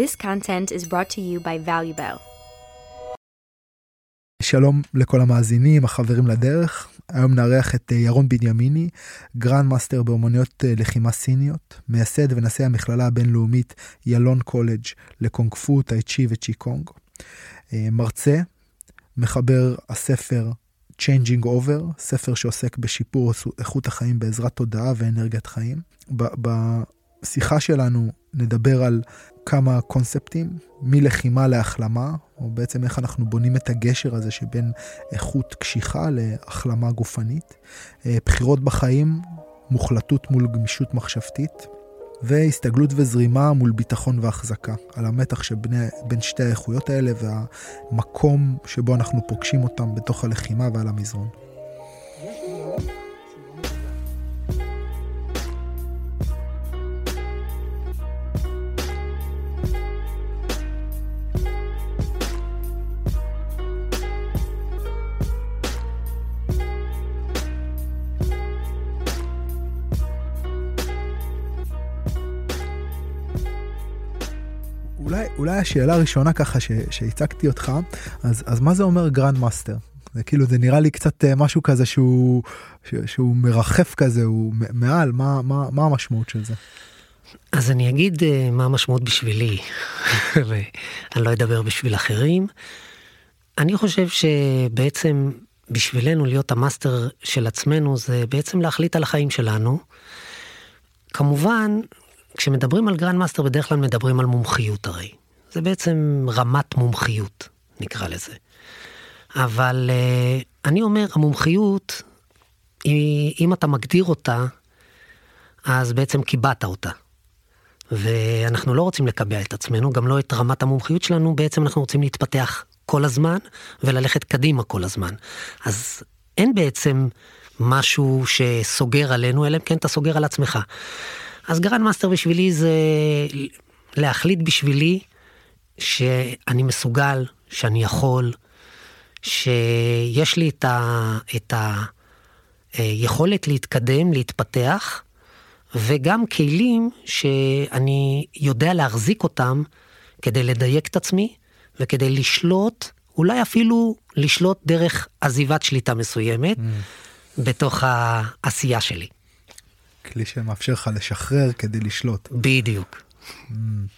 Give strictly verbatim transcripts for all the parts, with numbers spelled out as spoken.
This content is brought to you by ValueBell. שלום לכל המאזינים, החברים לדרך. היום נארח את ירון בנימיני, גרנד מאסטר באומנויות לחימה סיניות, מייסד ונשיא המכללה הבינלאומית ילון קולג' לקונג פו, טאי צ'י וצ'י קונג. מרצה, מחבר הספר Changing Over, ספר שעוסק בשיפור איכות החיים בעזרת תודעה ואנרגיית חיים. בשיחה שלנו נדבר על כמה קונספטים, מלחימה להחלמה, או בעצם איך אנחנו בונים את הגשר הזה שבין איכות קשיחה להחלמה גופנית, בחירות בחיים, מוחלטות מול גמישות מחשבתית, והסתגלות וזרימה מול ביטחון והחזקה, על המתח שבין שתי האיכויות האלה והמקום שבו אנחנו פוגשים אותם בתוך הלחימה ועל המזרון. אולי, אולי השאלה הראשונה ככה ש, שהצגתי אותך, אז, אז מה זה אומר גרנד מאסטר? זה כאילו, זה נראה לי קצת משהו כזה שהוא, ש, שהוא מרחף כזה, הוא מעל, מה, מה, מה המשמעות של זה? אז אני אגיד מה המשמעות בשבילי, ואני לא אדבר בשביל אחרים. אני חושב שבעצם בשבילנו להיות המאסטר של עצמנו, זה בעצם להחליט על החיים שלנו. כמובן, כשמדברים על גרנד מאסטר, בדרך כלל מדברים על מומחיות הרי. זה בעצם רמת מומחיות, נקרא לזה. אבל uh, אני אומר, המומחיות, היא, אם אתה מגדיר אותה, אז בעצם קיבעת אותה. ואנחנו לא רוצים לקבע את עצמנו, גם לא את רמת המומחיות שלנו, בעצם אנחנו רוצים להתפתח כל הזמן, וללכת קדימה כל הזמן. אז אין בעצם משהו שסוגר עלינו, אלא כן אתה סוגר על עצמך. אז גרנד מאסטר בשבילי זה להחליט בשבילי שאני מסוגל, שאני יכול, שיש לי את ה, את היכולת להתקדם, להתפתח, וגם כלים שאני יודע להחזיק אותם כדי לדייק את עצמי, וכדי לשלוט, אולי אפילו לשלוט דרך עזיבת שליטה מסוימת, mm. בתוך העשייה שלי. כלי שמאפשר לך לשחרר כדי לשלוט. בדיוק. Mm.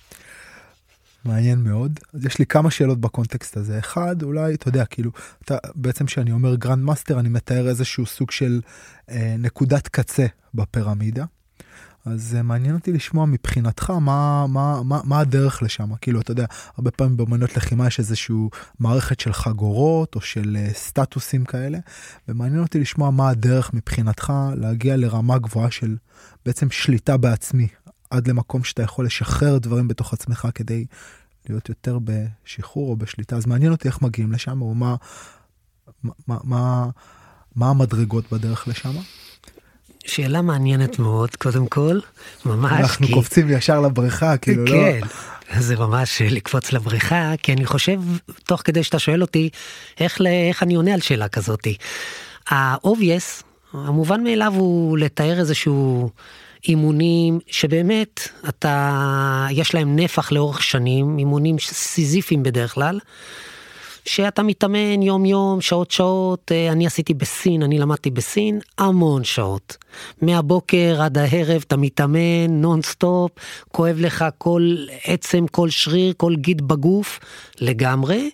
מעניין מאוד. אז יש לי כמה שאלות בקונטקסט הזה. אחד, אולי, אתה יודע, כאילו, אתה, בעצם שאני אומר גרנד מאסטר, אני מתאר איזשהו סוג של אה, נקודת קצה בפירמידה. אז מעניין אותי לשמוע מבחינתך מה, מה, מה, מה הדרך לשם. כאילו, אתה יודע, הרבה פעמים באמנויות לחימה יש איזשהו מערכת של חגורות או של סטטוסים כאלה, ומעניין אותי לשמוע מה הדרך מבחינתך להגיע לרמה גבוהה של בעצם שליטה בעצמי, עד למקום שאתה יכול לשחרר דברים בתוך עצמך כדי להיות יותר בשחרור או בשליטה. אז מעניין אותי איך מגיעים לשם, או מה, מה, מה, מה המדרגות בדרך לשם? שאלה מעניינת מאוד, קודם כל, ממש. אנחנו כי... קופצים ישר לבריכה, כאילו כן, לא... כן, זה ממש לקפוץ לבריכה, כי אני חושב, תוך כדי שאתה שואל אותי, איך, איך אני עונה על שאלה כזאת. ה-obvious, המובן מאליו הוא לתאר איזשהו אימונים, שבאמת, אתה, יש להם נפח לאורך שנים, אימונים סיזיפיים בדרך כלל, שאתה מתאמן יום יום, שעות שעות, אני עשיתי בסין, אני למדתי בסין, המון שעות. מהבוקר עד הערב אתה מתאמן, נון סטופ, כואב לך כל עצם, כל שריר, כל גיד בגוף, לגמרי,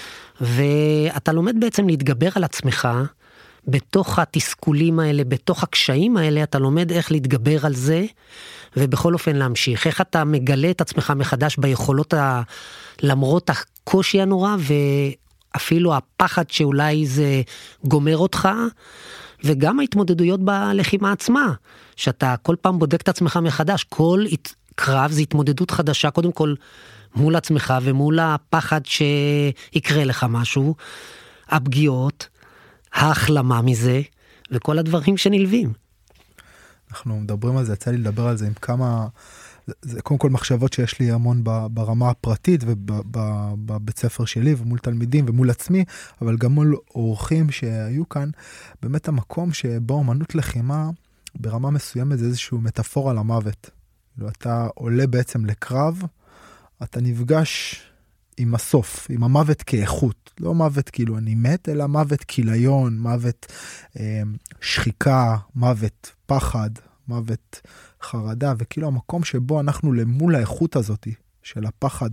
ואתה לומד בעצם להתגבר על עצמך, בתוך התסכולים האלה, בתוך הקשיים האלה, אתה לומד איך להתגבר על זה, ובכל אופן להמשיך. איך אתה מגלה את עצמך מחדש ביכולות, ה... למרות הקושי הנורא, ואפילו הפחד שאולי זה גומר אותך, וגם ההתמודדויות בלחימה עצמה, שאתה כל פעם בודק את עצמך מחדש, כל קרב זה התמודדות חדשה, קודם כל מול עצמך, ומול הפחד שיקרה לך משהו, הפגיעות, ההחלמה מזה, וכל הדברים שנלווים. אנחנו מדברים על זה, יצא לי לדבר על זה עם כמה, זה קודם כל מחשבות שיש לי המון ברמה הפרטית, ובבית ספר שלי, ומול תלמידים, ומול עצמי, אבל גם מול אורחים שהיו כאן, באמת המקום שבו אומנות לחימה, ברמה מסוימת זה איזשהו מטאפורה למוות. אתה עולה בעצם לקרב, אתה נפגש עם הסוף, עם המוות כאיכות, לא מוות כאילו אני מת, אלא מוות כיליון, מוות אה, שחיקה, מוות פחד, מוות חרדה, וכאילו המקום שבו אנחנו למול האיכות הזאת של הפחד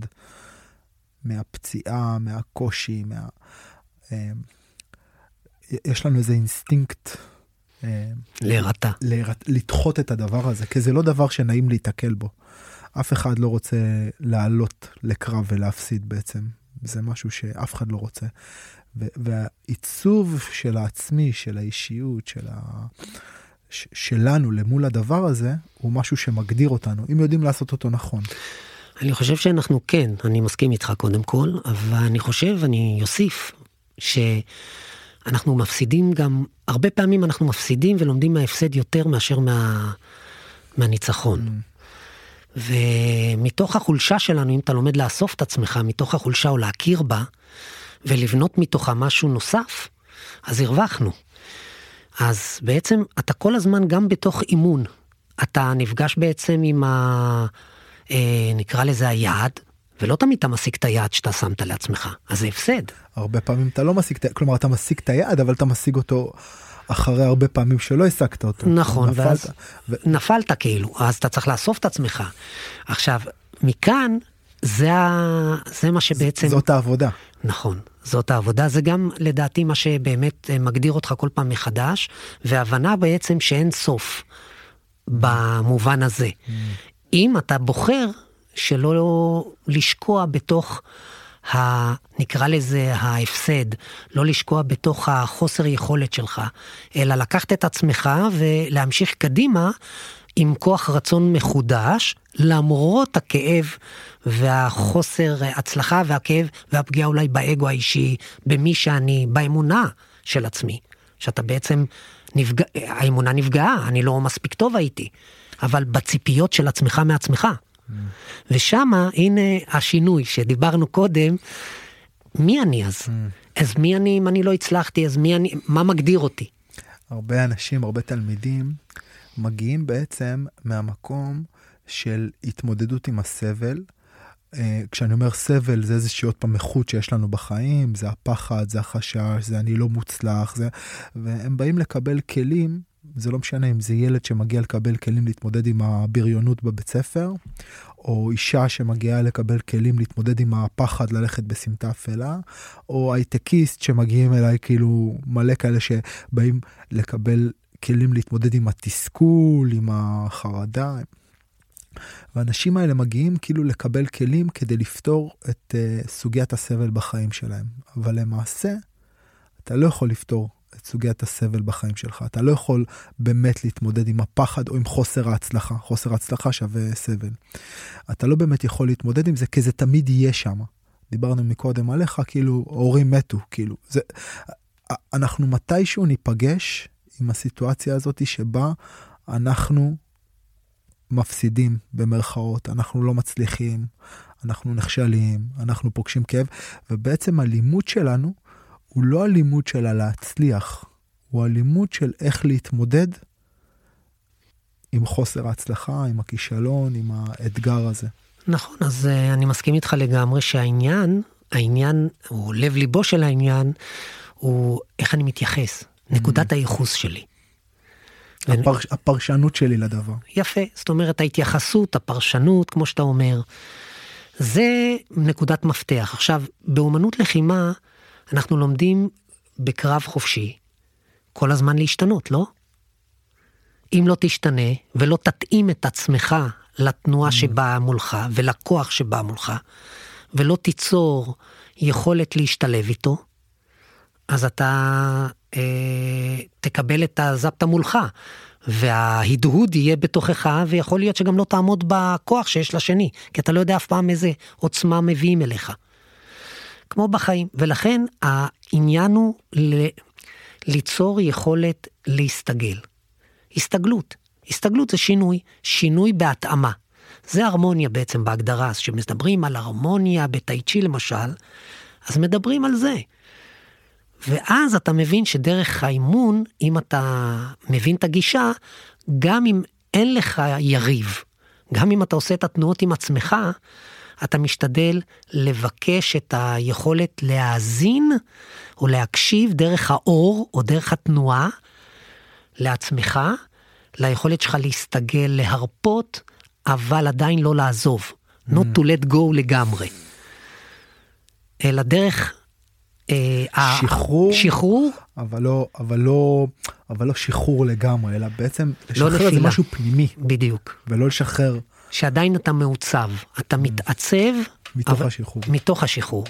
מהפציעה, מהקושי, מה... אה, יש לנו איזה אינסטינקט אה, להירתע. להירתע, לדחות את הדבר הזה, כי זה לא דבר שנעים להתקל בו. אף אחד לא רוצה לעלות לקרב ולהפסיד בעצם. זה משהו שאף אחד לא רוצה. והעיצוב של העצמי, של האישיות, של ה... שלנו למול הדבר הזה, הוא משהו שמגדיר אותנו, אם יודעים לעשות אותו נכון. אני חושב שאנחנו כן, אני מסכים איתך קודם כל, אבל אני חושב, אני יוסיף, שאנחנו מפסידים גם, הרבה פעמים אנחנו מפסידים ולומדים מההפסד יותר מאשר מה, מהניצחון. Mm. ומתוך החולשה שלנו, אם אתה לומד לאסוף את עצמך, מתוך החולשה או להכיר בה, ולבנות מתוכה משהו נוסף, אז הרווחנו. אז בעצם אתה כל הזמן גם בתוך אימון, אתה נפגש בעצם עם ה... אה, נקרא לזה היעד, ולא תמיד אתה משיג את היעד שאתה שמת לעצמך, אז זה הפסד. הרבה פעמים אתה לא משיג, כלומר אתה משיג את היעד, אבל אתה משיג אותו אחרי הרבה פעמים שלא השגת אותו. נכון, נפלת, ואז ו... נפלת כאילו, אז אתה צריך לאסוף את עצמך. עכשיו, מכאן, זה, ה... זה מה שבעצם... זאת העבודה. נכון, זאת העבודה, זה גם לדעתי מה שבאמת מגדיר אותך כל פעם מחדש, והבנה בעצם שאין סוף במובן הזה. אם אתה בוחר שלא לשקוע בתוך, ה, נקרא לזה ההפסד, לא לשקוע בתוך החוסר יכולת שלך, אלא לקחת את עצמך ולהמשיך קדימה עם כוח רצון מחודש, למרות הכאב והחוסר הצלחה והכאב והפגיעה אולי באגו האישי, במי שאני, באמונה של עצמי, שאתה בעצם נפגע, האמונה נפגעה, אני לא מספיק טוב הייתי, אבל בציפיות של עצמך מעצמך. Mm. ושמה, הנה השינוי שדיברנו קודם, מי אני אז? Mm. אז מי אני אם אני לא הצלחתי? אז מי אני, מה מגדיר אותי? הרבה אנשים, הרבה תלמידים, מגיעים בעצם מהמקום של התמודדות עם הסבל. כשאני אומר סבל, זה איזושהי עוד פעם איכות שיש לנו בחיים, זה הפחד, זה החשש, זה אני לא מוצלח, זה... והם באים לקבל כלים, זה לא משנה אם זה ילד שמגיע לקבל כלים להתמודד עם הבריונות בבית ספר, או אישה שמגיעה לקבל כלים להתמודד עם הפחד ללכת בסמטה אפלה, או הייטקיסט שמגיעים אליי כאילו מלא כאלה שבאים לקבל כלים להתמודד עם התסכול, עם החרדה. והאנשים האלה מגיעים כאילו לקבל כלים כדי לפתור את uh, סוגיית הסבל בחיים שלהם. אבל למעשה, אתה לא יכול לפתור את סוגיית הסבל בחיים שלך. אתה לא יכול באמת להתמודד עם הפחד או עם חוסר ההצלחה. חוסר ההצלחה שווה סבל. אתה לא באמת יכול להתמודד עם זה, כי זה תמיד יהיה שם. דיברנו מקודם עליך, כאילו, הורים מתו, כאילו. זה, אנחנו מתישהו ניפגש עם הסיטואציה הזאת שבה אנחנו מפסידים במרכאות, אנחנו לא מצליחים, אנחנו נכשלים, אנחנו פוגשים כאב, ובעצם הלימוד שלנו הוא לא הלימוד שלה להצליח, הוא הלימוד של איך להתמודד עם חוסר ההצלחה, עם הכישלון, עם האתגר הזה. נכון, אז uh, אני מסכים איתך לגמרי שהעניין, העניין, או לב ליבו של העניין, הוא איך אני מתייחס, נקודת הייחוס שלי. הפרש, הפרשנות שלי לדבר. יפה, זאת אומרת ההתייחסות, הפרשנות, כמו שאתה אומר, זה נקודת מפתח. עכשיו, באומנות לחימה, אנחנו לומדים בקרב חופשי, כל הזמן להשתנות, לא? אם לא תשתנה, ולא תתאים את עצמך לתנועה שבאה מולך, ולכוח שבאה מולך, ולא תיצור יכולת להשתלב איתו, אז אתה אה, תקבל את הזפת מולך, וההדהוד יהיה בתוכך, ויכול להיות שגם לא תעמוד בכוח שיש לשני, כי אתה לא יודע אף פעם איזה עוצמה מביאים אליך. כמו בחיים, ולכן העניין הוא ל... ליצור יכולת להסתגל. הסתגלות. הסתגלות זה שינוי, שינוי בהתאמה. זה הרמוניה בעצם בהגדרה, אז שמדברים על הרמוניה בטאי-צ'י למשל, אז מדברים על זה. ואז אתה מבין שדרך האימון, אם אתה מבין את הגישה, גם אם אין לך יריב, גם אם אתה עושה את התנועות עם עצמך, אתה משתדל לבקש את היכולת להאזין או להקשיב דרך האור או דרך התנועה לעצמך, ליכולת שלך להסתגל, להרפות, אבל עדיין לא לעזוב. not to let go לגמרי. אלא דרך שחרור, שחרור, אבל לא, אבל לא, אבל לא שחרור לגמרי, אלא בעצם לשחרר זה משהו פנימי. בדיוק. ולא לשחרר. שעדיין אתה מעוצב, אתה מתעצב. מתוך השחרור. מתוך השחרור.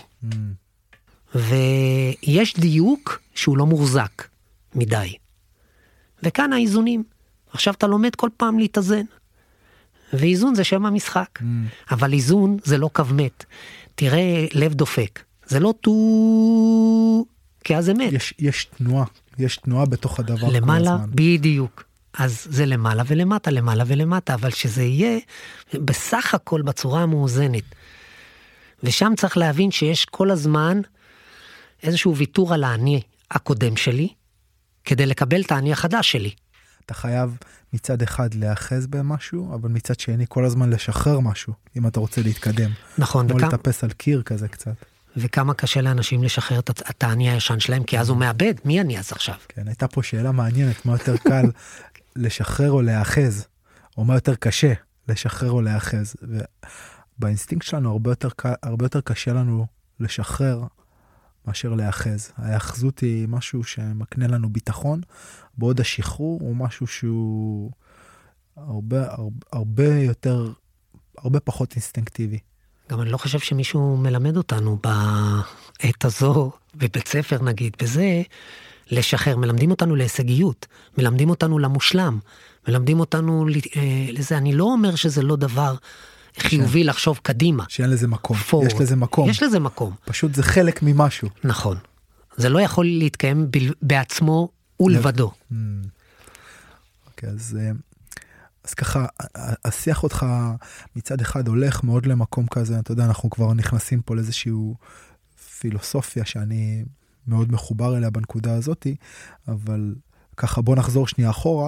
ויש דיוק שהוא לא מוחזק מדי. וכאן האיזונים. עכשיו אתה לומד כל פעם להתאזן. ואיזון זה שם המשחק. אבל איזון זה לא קו מת. תראה לב דופק. זה לא טו... כי אז זה מת. יש, יש תנועה. יש תנועה בתוך הדבר. למעלה, בדיוק. אז זה למעלה ולמטה, למעלה ולמטה. אבל שזה יהיה בסך הכל בצורה המאוזנת. ושם צריך להבין שיש כל הזמן איזשהו ויתור על האני הקודם שלי, כדי לקבל את האני החדש שלי. אתה חייב מצד אחד להאחז במשהו, אבל מצד שני כל הזמן לשחרר משהו, אם אתה רוצה להתקדם. נכון. כמו וכמה... לטפס על קיר כזה קצת. וכמה קשה לאנשים לשחרר את האני הישן שלהם, כי אז הוא מאבד. מי אני אז עכשיו? כן, הייתה פה שאלה מעניינת, מה יותר קל לשחרר או להאחז, או מה יותר קשה לשחרר או להאחז. ובאינסטינקט שלנו הרבה יותר, הרבה יותר קשה לנו לשחרר, מאשר להאחז. ההאחזות היא משהו שמקנה לנו ביטחון, בעוד השחרור הוא משהו שהוא הרבה, הרבה, הרבה יותר, הרבה פחות אינסטינקטיבי. גם אני לא חושב שמישהו מלמד אותנו בעת הזו, בבית ספר נגיד, בזה, לשחרר. מלמדים אותנו להישגיות, מלמדים אותנו למושלם, מלמדים אותנו לזה. אני לא אומר שזה לא דבר חיובי לחשוב קדימה. שאין לזה מקום. יש לזה מקום. יש לזה מקום. פשוט זה חלק ממשהו. נכון. זה לא יכול להתקיים בעצמו ולבדו. אוקיי, אז, אז ככה, השיח אותך מצד אחד הולך מאוד למקום כזה, אתה יודע, אנחנו כבר נכנסים פה לאיזשהו פילוסופיה שאני מאוד מחובר אליה בנקודה הזאת, אבל ככה בוא נחזור שנייה אחורה,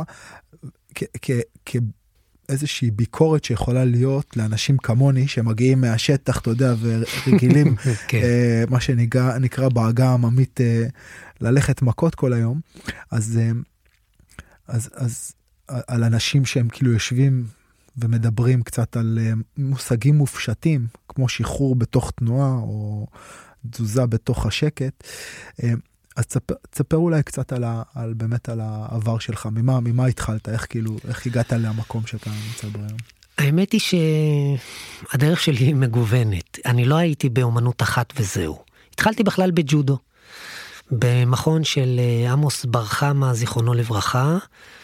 כ... איזושהי ביקורת שיכולה להיות לאנשים כמוני, שמגיעים מהשטח, אתה יודע, ורגילים, מה שנקרא בעגה העממית, ללכת מכות כל היום, אז, אז, אז על אנשים שהם כאילו יושבים ומדברים קצת על מושגים מופשטים, כמו שחרור בתוך תנועה, או תזוזה בתוך השקט, אז תספר, תספר אולי קצת על, ה, על באמת על העבר שלך, ממה, ממה התחלת, איך כאילו, איך הגעת למקום שאתה נמצא בו היום? האמת היא שהדרך שלי היא מגוונת. אני לא הייתי באומנות אחת וזהו. התחלתי בכלל בג'ודו, במכון של עמוס בר חמה, זיכרונו לברכה,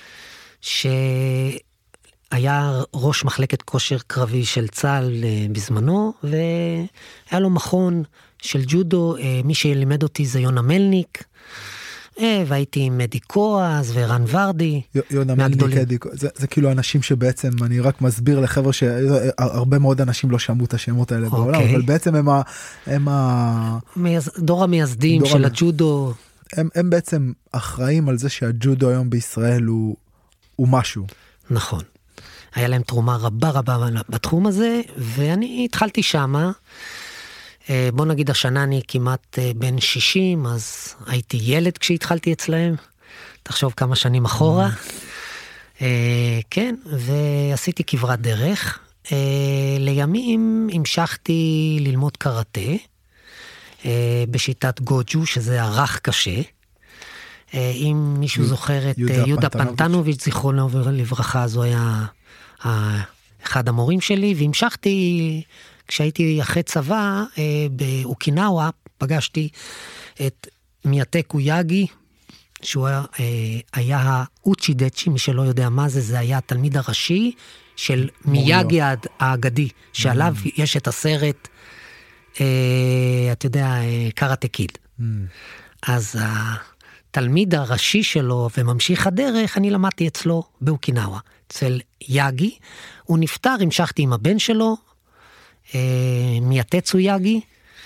שהיה ראש מחלקת כושר קרבי של צה"ל בזמנו, והיה לו מכון של ג'ודו, מי שלימד אותי זה יונה מלניק, והייתי עם מדי קואז ורן ורדי. יונה מלניק, זה, זה כאילו אנשים שבעצם, אני רק מסביר לחבר שהרבה מאוד אנשים לא שמעו את השמות האלה בעולם, אבל בעצם הם ה... הם ה... דור המייסדים של הג'ודו. הם, הם בעצם אחראים על זה שהג'ודו היום בישראל הוא, הוא משהו. נכון. היה להם תרומה רבה רבה בתחום הזה, ואני התחלתי שמה, בוא נגיד השנה אני כמעט בן שישים, אז הייתי ילד כשהתחלתי אצלהם, תחשוב כמה שנים אחורה, כן, ועשיתי כברת דרך, לימים המשכתי ללמוד קראטה, בשיטת גוג'ו, שזה ערך קשה, אם מישהו זוכר את יהודה פנטנוביץ' זיכרונו לברכה, אז הוא היה אחד המורים שלי, והמשכתי, כשהייתי אחרי צבא, באוקינאווה, פגשתי את מיאטקו יאגי, שהוא היה האוצ'ידצ'י, מי שלא יודע מה זה, זה היה התלמיד הראשי של מיאגי האגדי, שעליו יש את הסרט, אתה יודע, קראטה קיד. אז התלמיד הראשי שלו וממשיך הדרך, אני למדתי אצלו באוקינאווה, אצל יאגי, הוא נפטר, המשכתי עם הבן שלו, מיאטצו יאגי,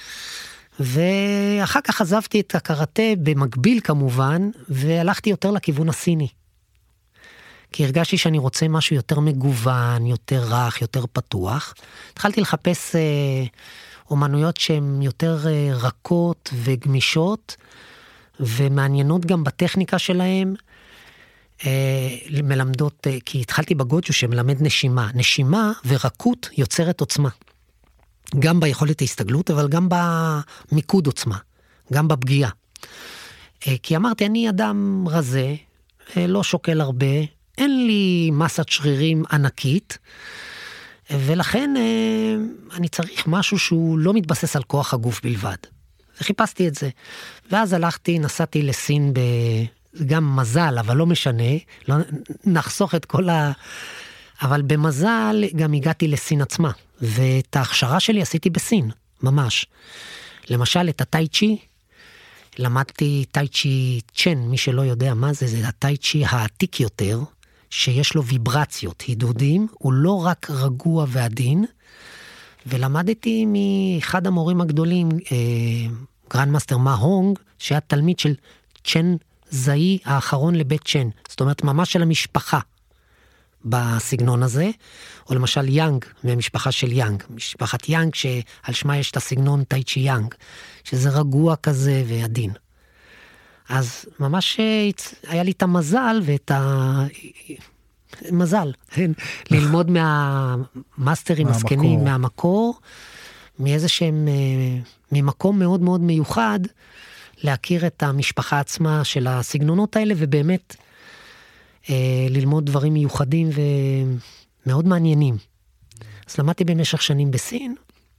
ואחר כך עזבתי את הקראטה במקביל כמובן, והלכתי יותר לכיוון הסיני. כי הרגשתי שאני רוצה משהו יותר מגוון, יותר רך, יותר פתוח. התחלתי לחפש אה, אומנויות שהן יותר אה, רכות וגמישות, ומעניינות גם בטכניקה שלהן, אה, מלמדות, אה, כי התחלתי בגוג'ו שמלמד נשימה. נשימה ורקות יוצרת עוצמה. גם ביכולת ההסתגלות, אבל גם במיקוד עוצמה, גם בפגיעה. אה, כי אמרתי, אני אדם רזה, אה, לא שוקל הרבה, אין לי מסת שרירים ענקית, ולכן אה, אני צריך משהו שהוא לא מתבסס על כוח הגוף בלבד. וחיפשתי את זה. ואז הלכתי, נסעתי לסין ב... גם מזל, אבל לא משנה, לא... נחסוך את כל ה... אבל במזל גם הגעתי לסין עצמה, ואת ההכשרה שלי עשיתי בסין, ממש. למשל, את הטאי צ'י, למדתי טאי צ'י צ'ן, מי שלא יודע מה זה, זה הטאי צ'י העתיק יותר, שיש לו ויברציות, הידודים, הוא לא רק רגוע ועדין, ולמדתי מאחד המורים הגדולים, גרנד מאסטר מה הונג, שהיה תלמיד של צ'ן זאי האחרון לבית צ'ן, זאת אומרת ממש של המשפחה בסגנון הזה, או למשל יאנג, מהמשפחה של יאנג, משפחת יאנג שעל שמה יש את הסגנון טאי צ'י יאנג, שזה רגוע כזה ועדין. אז ממש היה לי את המזל ואת ה... מזל, ללמוד מהמאסטרים הסקנים, מהמקור, מאיזה שהם, ממקום מאוד מאוד מיוחד, להכיר את המשפחה עצמה של הסגנונות האלה, ובאמת ללמוד דברים מיוחדים ומאוד מעניינים. אז למדתי במשך שנים בסין,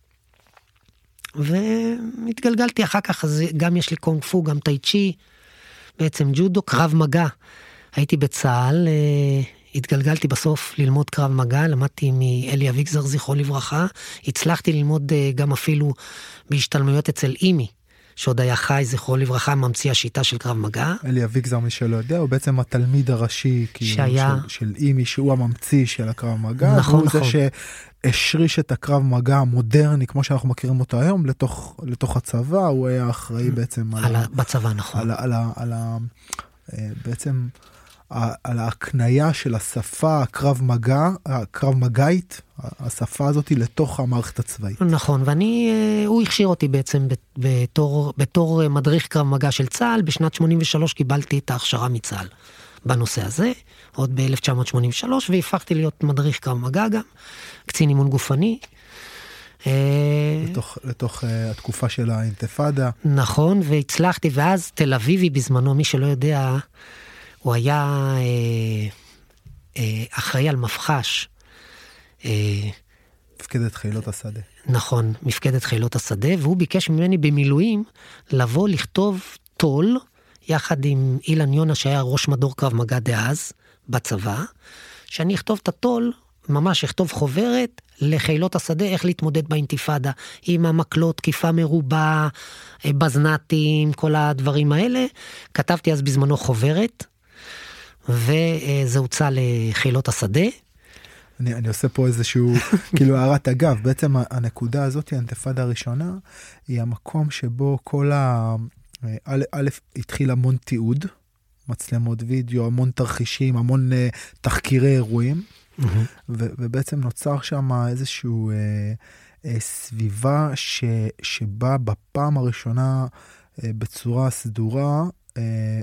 והתגלגלתי אחר כך, אז גם יש לי קונג פו, גם טאי צ'י, בעצם ג'ודו, קרב מגע. הייתי בצהל, התגלגלתי בסוף ללמוד קרב מגע, למדתי מאלי אביגזר זכרו לברכה, הצלחתי ללמוד גם אפילו בהשתלמויות אצל אימי, שעוד היה חי זכרו לברכה, ממציא השיטה של קרב מגע. אלי אביגזר, מי שלא יודע, הוא בעצם התלמיד הראשי שהיה... של, של אימי, שהוא הממציא של הקרב מגע, נכון, והוא נכון. זה שהשריש את הקרב מגע המודרני, כמו שאנחנו מכירים אותו היום, לתוך, לתוך הצבא, הוא היה אחראי בעצם על... על ה... בצבא, נכון. על, על, על, על, על, בעצם... על ההקניה של השפה, הקרב מגע, הקרב מגעית, השפה הזאת היא לתוך המערכת הצבאית. נכון, ואני, הוא הכשיר אותי בעצם בתור, בתור מדריך קרב מגע של צה"ל, בשנת שמונים ושלוש קיבלתי את ההכשרה מצה"ל בנושא הזה, עוד ב-אלף תשע מאות שמונים ושלוש, והפכתי להיות מדריך קרב מגע גם, קצין אימון גופני. לתוך, לתוך uh, התקופה של האינתיפאדה. נכון, והצלחתי, ואז תל אביבי בזמנו, מי שלא יודע, הוא היה אה, אה, אחראי על מפחש. אה, מפקדת חילות השדה. נכון, מפקדת חילות השדה, והוא ביקש ממני במילואים לבוא לכתוב טול, יחד עם אילן יונה שהיה ראש מדור קרב מגע דאז בצבא, שאני אכתוב את הטול, ממש אכתוב חוברת לחילות השדה, איך להתמודד באינתיפאדה, עם המקלות, תקיפה מרובה, בזנתים, כל הדברים האלה. כתבתי אז בזמנו חוברת, וזה הוצא לחילות השדה. אני, אני עושה פה איזשהו, כאילו הערת אגב, בעצם הנקודה הזאת, האינתיפאדה הראשונה, היא המקום שבו כל ה... א', א', התחיל המון תיעוד, מצלמות וידאו, המון תרחישים, המון uh, תחקירי אירועים, mm-hmm. ו, ובעצם נוצר שם איזשהו uh, uh, סביבה ש, שבה בפעם הראשונה uh, בצורה סדורה, uh,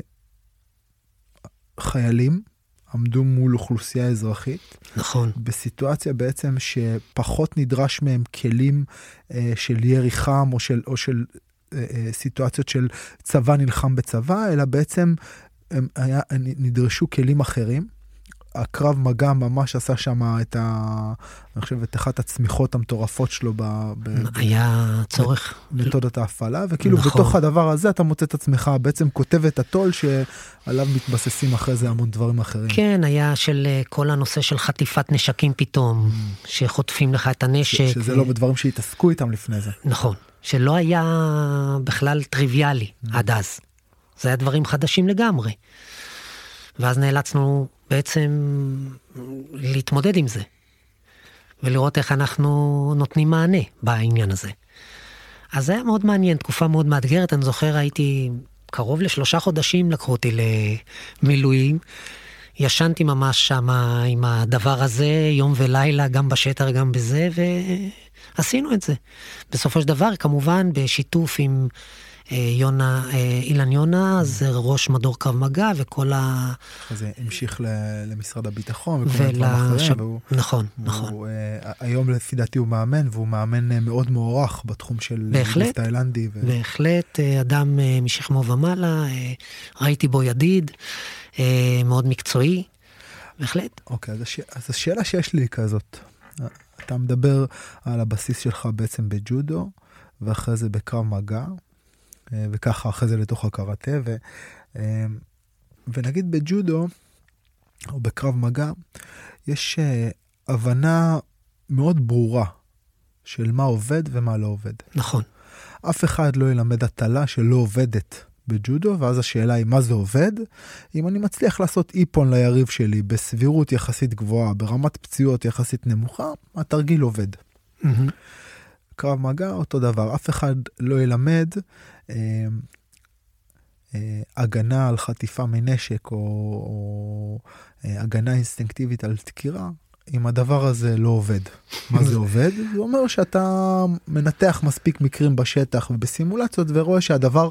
חיילים עמדו מול אוכלוסייה אזרחית. נכון. בסיטואציה בעצם שפחות נדרש מהם כלים אה, של ירי חם או של, או של אה, אה, סיטואציות של צבא נלחם בצבא, אלא בעצם הם היה, נדרשו כלים אחרים. הקרב מגע ממש עשה שם את ה... אני חושב, את אחת הצמיחות המטורפות שלו ב... היה צורך... במתודת ההפעלה, וכאילו נכון. בתוך הדבר הזה אתה מוצא את עצמך, בעצם כותב את הטול שעליו מתבססים אחרי זה המון דברים אחרים. כן, היה של כל הנושא של חטיפת נשקים פתאום, שחוטפים לך את הנשק. ש- שזה לא בדברים שהתעסקו איתם לפני זה. נכון, שלא היה בכלל טריוויאלי עד אז. זה היה דברים חדשים לגמרי. ואז נאלצנו בעצם להתמודד עם זה, ולראות איך אנחנו נותנים מענה בעניין הזה. אז זה היה מאוד מעניין, תקופה מאוד מאתגרת, אני זוכר, הייתי קרוב לשלושה חודשים, לקחו אותי למילואים, ישנתי ממש שם עם הדבר הזה, יום ולילה, גם בשטח, גם בזה, ועשינו את זה. בסופו של דבר, כמובן, בשיתוף עם יונה, אילן יונה, זה ראש מדור קרב מגע, וכל ה... זה המשיך למשרד הביטחון, וכל מיני דברים אחרים. והוא, נכון, נכון. הוא, היום לפי דעתי הוא מאמן, והוא מאמן מאוד מוערך בתחום של גוף תאילנדי. ו... בהחלט, אדם משכמו ומעלה, ראיתי בו ידיד, מאוד מקצועי, בהחלט. אוקיי, אז, הש... אז השאלה שיש לי כזאת, אתה מדבר על הבסיס שלך בעצם בג'ודו, ואחרי זה בקרב מגע, וככה אחרי זה לתוך הקראטה, ו, ונגיד בג'ודו, או בקרב מגע, יש הבנה מאוד ברורה של מה עובד ומה לא עובד. נכון. אף אחד לא ילמד הטלה שלא עובדת בג'ודו, ואז השאלה היא מה זה עובד? אם אני מצליח לעשות איפון ליריב שלי בסבירות יחסית גבוהה, ברמת פציעות יחסית נמוכה, התרגיל עובד. Mm-hmm. קרב מגע, אותו דבר. אף אחד לא ילמד אה, אה, הגנה על חטיפה מנשק, או, או אה, הגנה אינסטינקטיבית על תקירה, אם הדבר הזה לא עובד. מה זה עובד? זה אומר שאתה מנתח מספיק מקרים בשטח ובסימולציות, ורואה שהדבר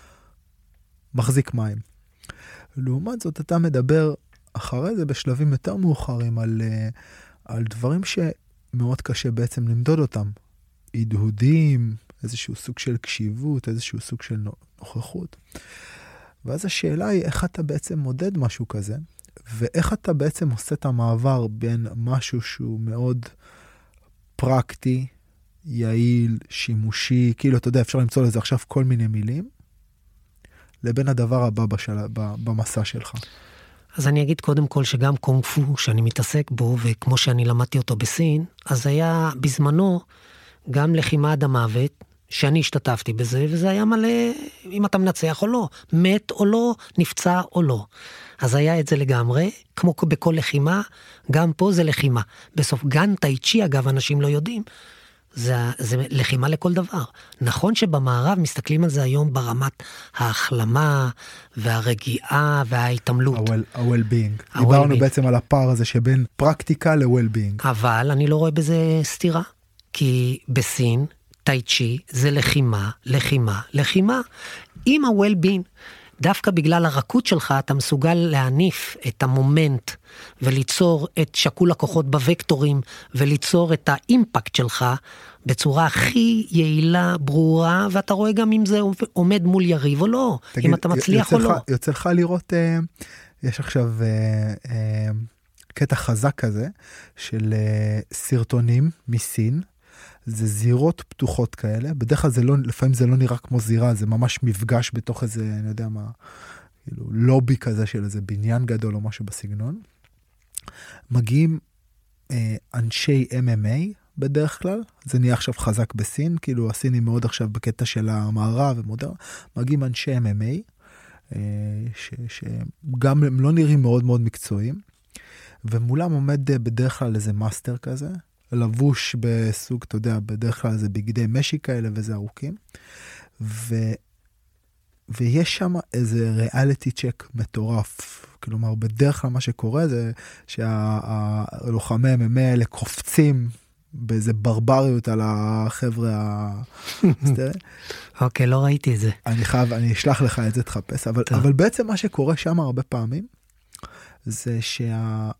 מחזיק מים. לעומת זאת, אתה מדבר אחרי זה בשלבים יותר מאוחרים על, על דברים שמאוד קשה בעצם למדוד אותם. הדהודים, איזשהו סוג של קשיבות, איזשהו סוג של נוכחות. ואז השאלה היא איך אתה בעצם מודד משהו כזה, ואיך אתה בעצם עושה את המעבר בין משהו שהוא מאוד פרקטי, יעיל, שימושי, כאילו אתה יודע, אפשר למצוא לזה עכשיו כל מיני מילים, לבין הדבר הבא בשל... במסע שלך. אז אני אגיד קודם כל שגם קונג פו שאני מתעסק בו, וכמו שאני למדתי אותו בסין, אז היה בזמנו גם לחימה עד המוות, שאני השתתפתי בזה, וזה היה מלא אם אתה מנצח או לא, מת או לא, נפצע או לא. אז היה את זה לגמרי, כמו בכל לחימה, גם פה זה לחימה. בסוף גן טאי צ'י, אגב, אנשים לא יודעים, זה, זה לחימה לכל דבר. נכון שבמערב מסתכלים על זה היום ברמת ההחלמה והרגיעה וההתעמלות. ה-well-being. דיברנו בעצם על הפער הזה שבין פרקטיקה ל-well-being. אבל אני לא רואה בזה סתירה. כי בסין, טאי צ'י זה לחימה, לחימה, לחימה. עם ה-well-being, דווקא בגלל הרכות שלך, אתה מסוגל להניף את המומנט, וליצור את שקול הכוחות בווקטורים, וליצור את האימפקט שלך, בצורה הכי יעילה, ברורה, ואתה רואה גם אם זה עומד מול יריב או לא, תגיד, אם אתה מצליח או לא. יוצא לך לראות, אה, יש עכשיו אה, אה, קטע חזק כזה, של אה, סרטונים מסין, זה זירות פתוחות כאלה, בדרך כלל זה לא, לפעמים זה לא נראה כמו זירה, זה ממש מפגש בתוך איזה, אני יודע מה, כאילו, לובי כזה של איזה בניין גדול או משהו בסגנון. מגיעים אה, אנשי אם אם איי בדרך כלל, זה נהיה עכשיו חזק בסין, כאילו הסינים מאוד עכשיו בקטע של המערב ומודרן, מגיעים אנשי אם אם איי, אה, ש, שגם הם לא נראים מאוד מאוד מקצועיים, ומולם עומד בדרך כלל איזה מאסטר כזה, לבוש בסוג, אתה יודע, בדרך כלל זה בגדי משי כאלה וזה ארוכים, ו... ויש שם איזה ריאליטי צ'ק מטורף, כלומר, בדרך כלל מה שקורה זה שהלוחמי אם אם איי האלה קופצים באיזה ברבריות על החבר'ה ה... אוקיי, לא ראיתי את זה. אני חייב, אני אשלח לך את זה, תחפש, אבל, אבל בעצם מה שקורה שם הרבה פעמים, זה שה...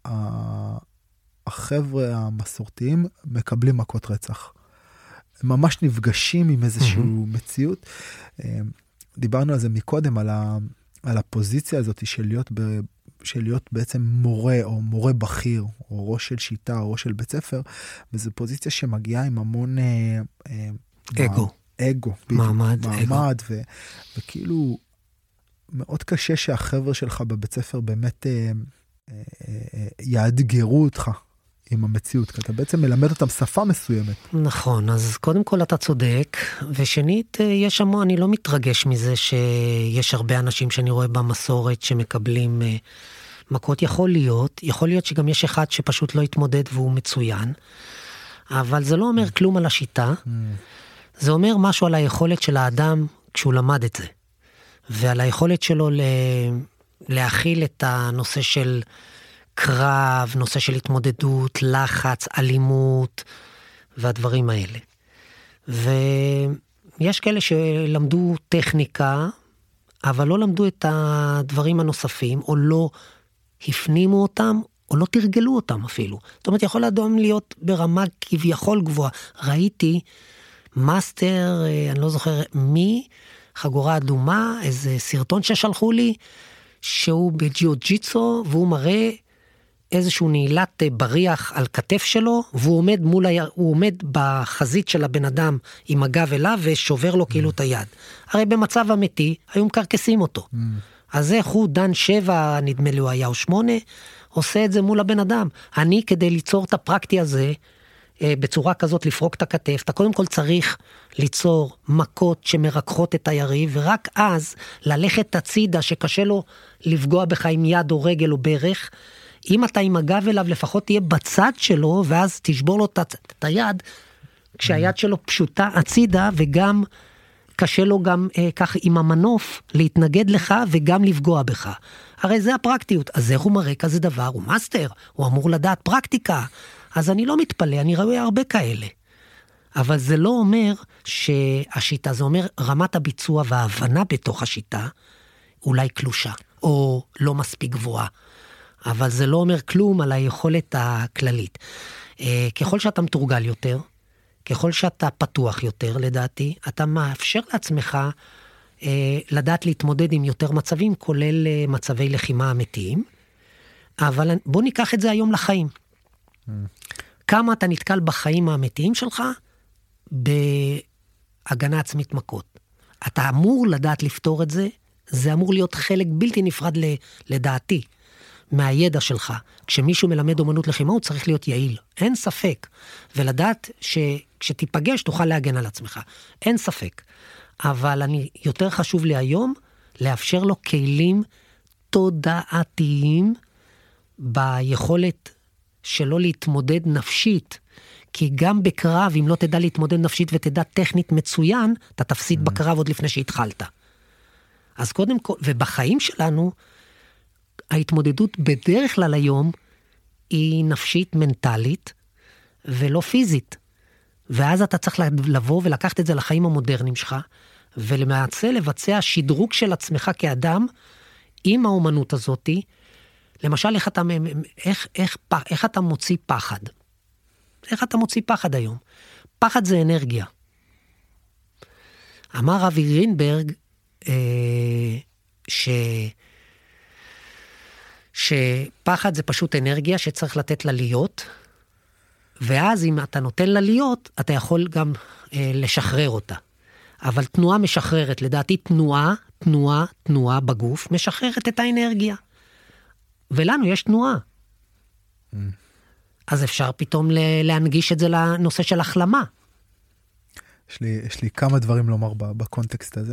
החבר'ה המסורתיים מקבלים מכות רצח. הם ממש נפגשים עם איזשהו מציאות. דיברנו על זה מקודם, על, ה, על הפוזיציה הזאת של להיות, ב, של להיות בעצם מורה, או מורה בכיר, או ראש של שיטה, או ראש של בית ספר, וזו פוזיציה שמגיעה עם המון... אגו. אגו. מעמד. מעמד, ו, וכאילו, מאוד קשה שהחבר'ה שלך בבית ספר באמת יאתגרו אותך. עם המציאות, כי אתה בעצם מלמד אותם שפה מסוימת. נכון, אז קודם כל אתה צודק, ושנית, יש המון, אני לא מתרגש מזה שיש הרבה אנשים שאני רואה במסורת שמקבלים מכות, יכול להיות, יכול להיות שגם יש אחד שפשוט לא יתמודד והוא מצוין, אבל זה לא אומר כלום על השיטה, זה אומר משהו על היכולת של האדם כשהוא למד את זה, ועל היכולת שלו להכיל את הנושא של קרב, נושא של התמודדות, לחץ, אלימות, והדברים האלה. ויש כאלה שלמדו טכניקה, אבל לא למדו את הדברים הנוספים, או לא הפנימו אותם, או לא תרגלו אותם אפילו. זאת אומרת, יכול אדם להיות ברמה כביכול גבוהה. ראיתי מאסטר, אני לא זוכר מי, חגורה אדומה, איזה סרטון ששלחו לי, שהוא בג'יו-ג'יצו, והוא מראה איזשהו נעילת בריח על כתף שלו, והוא עומד מול, ה... הוא עומד בחזית של הבן אדם עם הגב אליו, ושובר לו כאילו את היד. הרי במצב אמיתי, היו מקרקסים אותו. אז איך הוא דן שבע, נדמה לי הוא היה או שמונה, עושה את זה מול הבן אדם. אני, כדי ליצור את הפרקטי הזה, בצורה כזאת לפרוק את הכתף, אתה קודם כל צריך ליצור מכות שמרקחות את היריב, ורק אז ללכת הצידה שקשה לו לפגוע בך עם יד או רגל או ברך. אם אתה עם הגב אליו, לפחות תהיה בצד שלו, ואז תשבור לו את היד, כשהיד שלו פשוטה הצידה, וגם קשה לו גם אה, כך עם המנוף להתנגד לך וגם לפגוע בך. הרי זה הפרקטיות. אז איך הוא מראה כזה דבר? הוא מאסטר, הוא אמור לדעת פרקטיקה. אז אני לא מתפלא, אני רואה הרבה כאלה. אבל זה לא אומר שהשיטה, זה אומר רמת הביצוע וההבנה בתוך השיטה, אולי קלושה, או לא מספיק גבוהה. אבל זה לא אומר כלום על היכולת הכללית. אה, ככל שאתה מתורגל יותר, ככל שאתה פתוח יותר, לדעתי, אתה מאפשר לעצמך אה, לדעת להתמודד עם יותר מצבים, כולל אה, מצבי לחימה אמיתיים. אבל בוא ניקח את זה היום לחיים. Mm. כמה אתה נתקל בחיים האמיתיים שלך בהגנה עצמית מכות. אתה אמור לדעת לפתור את זה, זה אמור להיות חלק בלתי נפרד ל, לדעתי, מהידע שלך. כשמישהו מלמד אומנות לחימה, הוא צריך להיות יעיל. אין ספק. ולדעת שכשתיפגש, תוכל להגן על עצמך. אין ספק. אבל אני, יותר חשוב לי היום, לאפשר לו כלים תודעתיים, ביכולת שלו להתמודד נפשית. כי גם בקרב, אם לא תדע להתמודד נפשית ותדע טכנית מצוין, אתה תפסיד בקרב עוד לפני שהתחלת. אז קודם כל, ובחיים שלנו, ההתמודדות בדרך כלל היום היא נפשית, מנטלית, ולא פיזית. ואז אתה צריך לבוא ולקחת את זה לחיים המודרניים שלך, ולמעשה לבצע שדרוג של עצמך כאדם, עם האומנות הזאת. למשל, איך אתה, איך, איך, איך אתה מוציא פחד? איך אתה מוציא פחד היום? פחד זה אנרגיה. אמר אבי גרינברג, אה, ש... שפחד זה פשוט אנרגיה שצריך לתת לה להיות, ואז אם אתה נותן לה להיות, אתה יכול גם אה, לשחרר אותה. אבל תנועה משחררת, לדעתי תנועה, תנועה, תנועה בגוף, משחררת את האנרגיה. ולנו יש תנועה. Mm. אז אפשר פתאום להנגיש את זה לנושא של החלמה. יש לי, יש לי כמה דברים לומר בקונטקסט הזה.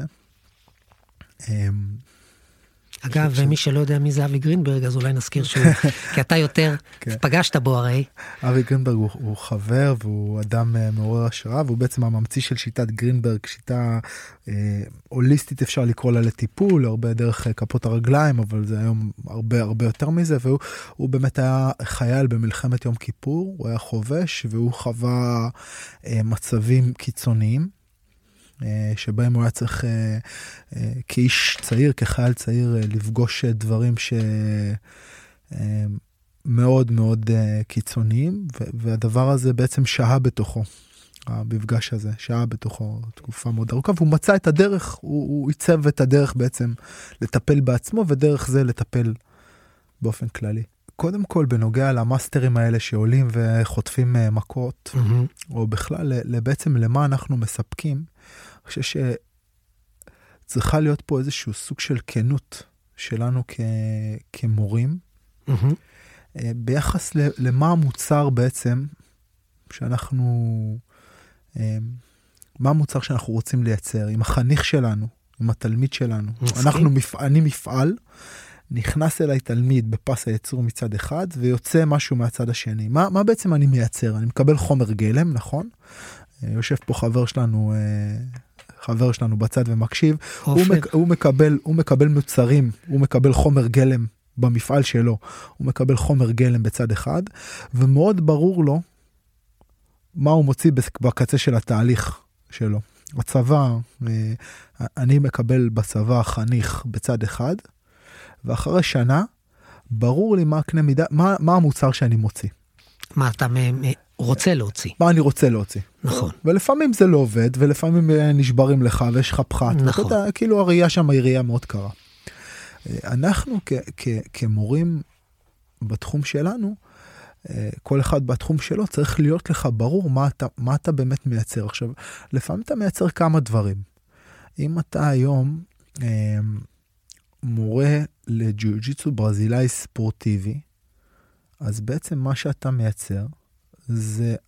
אגב, ומי שלא יודע מי זה אבי גרינברג, אז אולי נזכיר שהוא, כי אתה יותר פגשת בו הרי. אבי גרינברג הוא, הוא חבר, והוא אדם מעורר השראה, והוא בעצם הממציא של שיטת גרינברג, שיטה אה, הוליסטית אפשר לקרוא לה לטיפול, הרבה דרך כפות הרגליים, אבל זה היום הרבה הרבה יותר מזה, והוא הוא באמת היה חייל במלחמת יום כיפור, הוא היה חובש, והוא חווה אה, מצבים קיצוניים, שבהם הוא היה צריך כאיש צעיר, כחייל צעיר, לפגוש דברים שמאוד מאוד קיצוניים, והדבר הזה בעצם שעה בתוכו, המפגש הזה, שעה בתוכו, תקופה מאוד ארוכה, והוא מצא את הדרך, הוא, הוא עיצב את הדרך בעצם לטפל בעצמו, ודרך זה לטפל באופן כללי. קודם כל, בנוגע למאסטרים האלה שעולים וחוטפים מכות, mm-hmm. או בכלל, בעצם למה אנחנו מספקים, אני חושב שצריכה להיות פה איזשהו סוג של כנות שלנו כ... כמורים, mm-hmm. ביחס למה המוצר בעצם שאנחנו, מה המוצר שאנחנו רוצים לייצר, עם החניך שלנו, עם התלמיד שלנו. אנחנו מפ... אני מפעל, נכנס אליי תלמיד בפס הייצור מצד אחד, ויוצא משהו מהצד השני. מה, מה בעצם אני מייצר? אני מקבל חומר גלם, נכון? יושב פה חבר שלנו, חבר שלנו בצד ומקשיב, הוא, מק, הוא, מקבל, הוא מקבל מוצרים, הוא מקבל חומר גלם במפעל שלו, הוא מקבל חומר גלם בצד אחד, ומאוד ברור לו מה הוא מוציא בקצה של התהליך שלו. בצבא, אני מקבל בצבא חניך בצד אחד, ואחרי שנה, ברור לי מה הקנה מידה, מה, מה המוצר שאני מוציא. מה אתה רוצה להוציא. מה אני רוצה להוציא. נכון. ולפעמים זה לא עובד, ולפעמים נשברים לך, ויש לך פחת. נכון. ואתה יודע, כאילו הראייה שם היא ראייה מאוד קרה. אנחנו כ- כ- כמורים בתחום שלנו, כל אחד בתחום שלו צריך להיות לך ברור מה אתה, מה אתה באמת מייצר. עכשיו, לפעמים אתה מייצר כמה דברים. אם אתה היום אה, מורה לג'יוג'יצו ברזילאי ספורטיבי, אז בעצם מה שאתה מייצר זה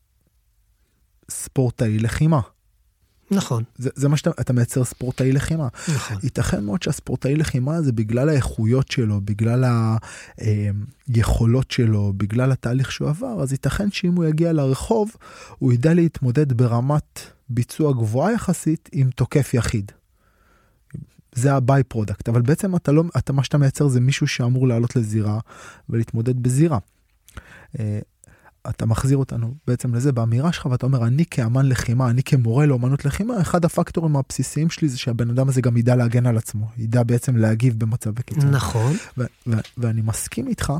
ספורטאי לחימה. נכון. זה, זה מה שאתה אתה מייצר ספורטאי לחימה. נכון. ייתכן מאוד שהספורטאי לחימה זה בגלל האיכויות שלו, בגלל היכולות שלו, בגלל התהליך שהוא עבר, אז ייתכן שאם הוא יגיע לרחוב, הוא ידע להתמודד ברמת ביצוע גבוהה יחסית עם תוקף יחיד. זה הביי פרודקט, אבל בעצם אתה לא, אתה, מה שאתה מייצר זה מישהו שאמור לעלות לזירה ולהתמודד בזירה. אתה מחזיר אותנו בעצם לזה באמירה שלך, ואתה אומר, אני כאמן לחימה, אני כמורה לאומנות לחימה, אחד הפקטורים הבסיסיים שלי זה שהבן אדם הזה גם ידע להגן על עצמו, ידע בעצם להגיב במצב בקיצון. נכון. ו- ו- ואני מסכים איתך,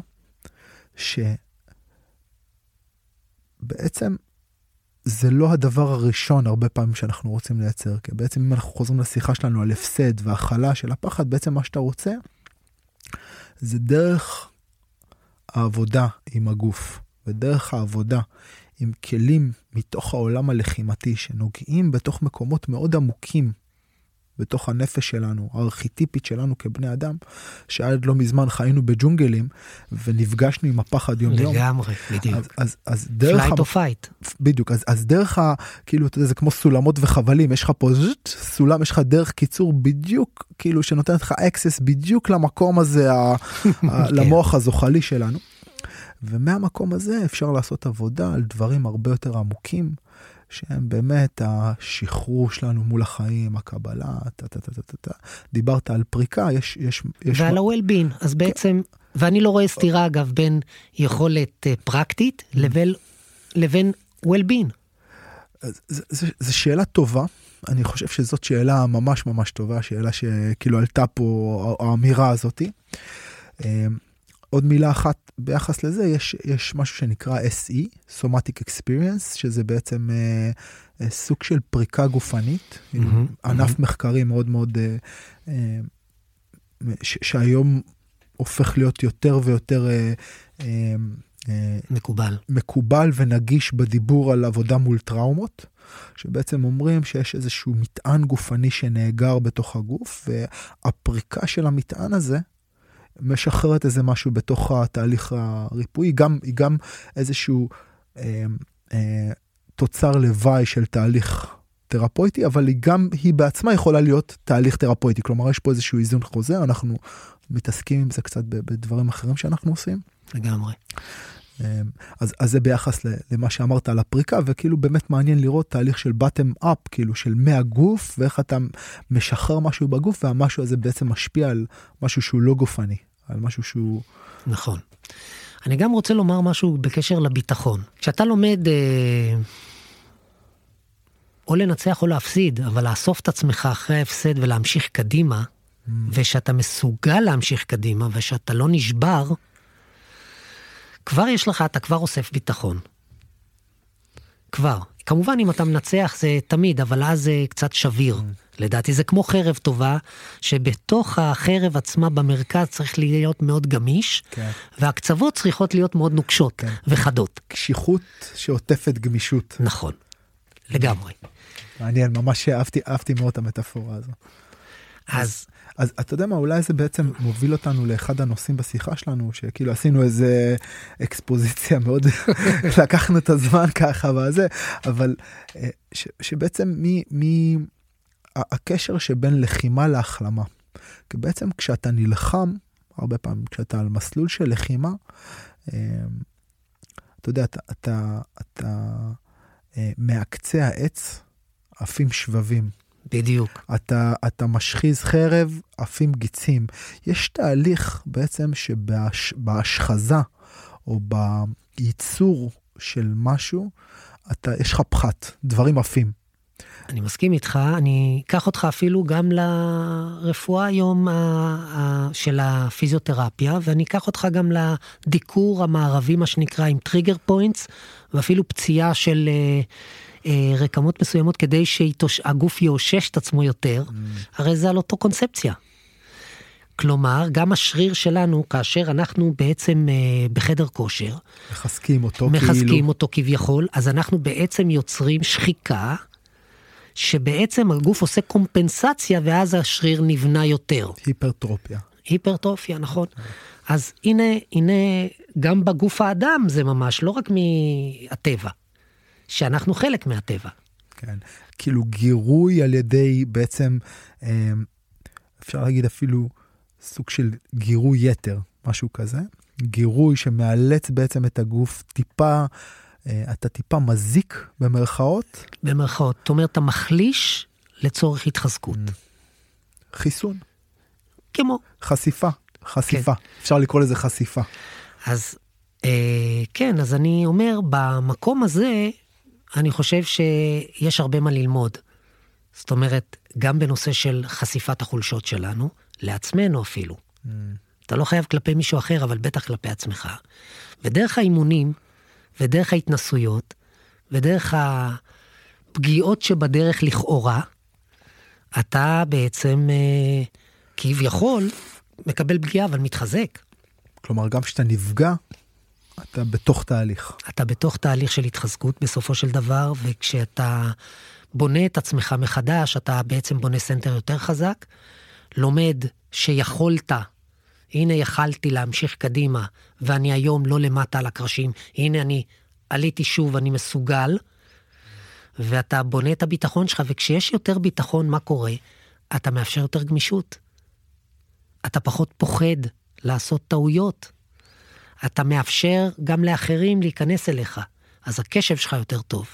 שבעצם זה לא הדבר הראשון הרבה פעמים שאנחנו רוצים לייצר, כי בעצם אם אנחנו חוזרים לשיחה שלנו על הפסד והחלה של הפחד, בעצם מה שאתה רוצה, זה דרך העבודה עם הגוף. ודרך העבודה עם כלים מתוך העולם הלחימתי שנוגעים בתוך מקומות מאוד עמוקים בתוך הנפש שלנו, הארכיטיפית שלנו כבני אדם, שעד לא מזמן חיינו בג'ונגלים ונפגשנו עם הפחד יום יום. לגמרי, בדיוק. אז, אז, אז דרך... Flight or fight. בדיוק, אז, אז דרך ה... כאילו, אתה יודע, זה כמו סולמות וחבלים, יש לך פה ז'ט, סולם, יש לך דרך קיצור בדיוק, כאילו, שנותנת לך אקסס בדיוק למקום הזה, ה, ה, למוח הזוחלי שלנו. ומהמקום הזה אפשר לעשות עבודה על דברים הרבה יותר עמוקים, שהם באמת השחרור שלנו מול החיים, הקבלה, תה, תה, תה, תה, תה. דיברת על פריקה, יש... יש, יש ועל ה-well-being, אז בעצם, ואני לא רואה סתירה אגב, בין יכולת פרקטית לבין, לבין well-being. זו שאלה טובה, אני חושב שזאת שאלה ממש ממש טובה, שאלה שכאילו עלתה פה, האמירה הזאת. עוד מילה אחת ביחס לזה, יש, יש משהו שנקרא אס אי, Somatic Experience, שזה בעצם אה, אה, סוג של פריקה גופנית, mm-hmm, ענף mm-hmm. מחקרי מאוד מאוד, אה, אה, ש, שהיום הופך להיות יותר ויותר אה, אה, אה, מקובל. מקובל ונגיש בדיבור על עבודה מול טראומות, שבעצם אומרים שיש איזשהו מטען גופני שנאגר בתוך הגוף, והפריקה של המטען הזה, משחררת איזה משהו בתוך התהליך הריפוי, גם, היא גם איזשהו אה, אה, תוצר לוואי של תהליך תרפויטי, אבל היא גם, היא בעצמה יכולה להיות תהליך תרפויטי, כלומר יש פה איזשהו איזון חוזר, אנחנו מתעסקים עם זה קצת בדברים אחרים שאנחנו עושים. לגמרי. אז, אז זה ביחס למה שאמרת על הפריקה, וכאילו באמת מעניין לראות תהליך של bottom up, כאילו של מהגוף, ואיך אתה משחרר משהו בגוף, והמשהו הזה בעצם משפיע על משהו שהוא לא גופני, על משהו שהוא... נכון. אני גם רוצה לומר משהו בקשר לביטחון. כשאתה לומד אה, או לנצח או להפסיד, אבל לאסוף את עצמך אחרי ההפסד ולהמשיך קדימה, mm. ושאתה מסוגל להמשיך קדימה, ושאתה לא נשבר, כבר יש לך, אתה כבר אוסף ביטחון. כבר. כמובן אם אתה מנצח זה תמיד, אבל אז זה קצת שביר. Mm. לדעתי זה כמו חרב טובה, שבתוך החרב עצמה במרכז צריך להיות מאוד גמיש, כן. והקצוות צריכות להיות מאוד נוקשות כן. וחדות. קשיחות שעוטפת גמישות. נכון. לגמרי. מעניין, ממש אהבתי, אהבתי מאוד את המטאפורה הזו. אז... אז אתה יודע מה, אולי זה בעצם מוביל אותנו לאחד הנושאים בשיחה שלנו, שכאילו עשינו איזה אקספוזיציה מאוד, לקחנו את הזמן ככה וזה, אבל ש, שבעצם מי, מי, הקשר שבין לחימה להחלמה. כי בעצם כשאתה נלחם, הרבה פעמים כשאתה על מסלול של לחימה, אתה יודע, אתה, אתה, אתה מהקצה העץ, עפים שבבים. בדיוק. אתה, אתה משחיז חרב, עפים גיצים. יש תהליך בעצם שבהשחזה, או בייצור של משהו, אתה, יש לך פחת, דברים עפים. אני מסכים איתך, אני אקח אותך אפילו גם לרפואה היום ה- ה- של הפיזיותרפיה, ואני אקח אותך גם לדיקור המערבי, מה שנקרא, עם טריגר פוינטס, ואפילו פציעה של אה, אה, רקמות מסוימות, כדי שהגוף יאושש את עצמו יותר, mm. הרי זה על אותו קונספציה. כלומר, גם השריר שלנו, כאשר אנחנו בעצם אה, בחדר כושר, מחזקים אותו מחזקים כאילו. אותו כביכול, אז אנחנו בעצם יוצרים שחיקה, שבעצם הגוף עושה קומפנסציה, ואז השריר נבנה יותר. היפרטרופיה. היפרטרופיה, נכון. אז הנה, הנה, גם בגוף האדם זה ממש, לא רק מהטבע, שאנחנו חלק מהטבע. כן, כאילו גירוי על ידי בעצם, אפשר להגיד אפילו סוג של גירוי יתר, משהו כזה. גירוי שמאלץ בעצם את הגוף טיפה, אתה טיפה מזיק במרכאות. במרכאות, זאת אומרת, אתה מחליש לצורך התחזקות. חיסון. כמו. חשיפה, חשיפה. כן. אפשר לקרוא לזה חשיפה. אז, אה, כן, אז אני אומר, במקום הזה, אני חושב שיש הרבה מה ללמוד. זאת אומרת, גם בנושא של חשיפת החולשות שלנו, לעצמנו אפילו. Mm. אתה לא חייב כלפי מישהו אחר, אבל בטח כלפי עצמך. ודרך האימונים, ודרך ההתנסויות, ודרך הפגיעות שבדרך לכאורה, אתה בעצם אה, כביכול מקבל פגיעה, אבל מתחזק. כלומר, גם כשאתה נפגע, אתה בתוך תהליך. אתה בתוך תהליך של התחזקות בסופו של דבר, וכשאתה בונה את עצמך מחדש, אתה בעצם בונה סנטר יותר חזק, לומד שיכולת, הנה יכלתי להמשיך קדימה, ואני היום לא למטה על הקרשים, הנה אני עליתי שוב, אני מסוגל, ואתה בונה את הביטחון שלך, וכשיש יותר ביטחון, מה קורה? אתה מאפשר יותר גמישות. אתה פחות פוחד לעשות טעויות. אתה מאפשר גם לאחרים להיכנס אליך, אז הקשב שלך יותר טוב.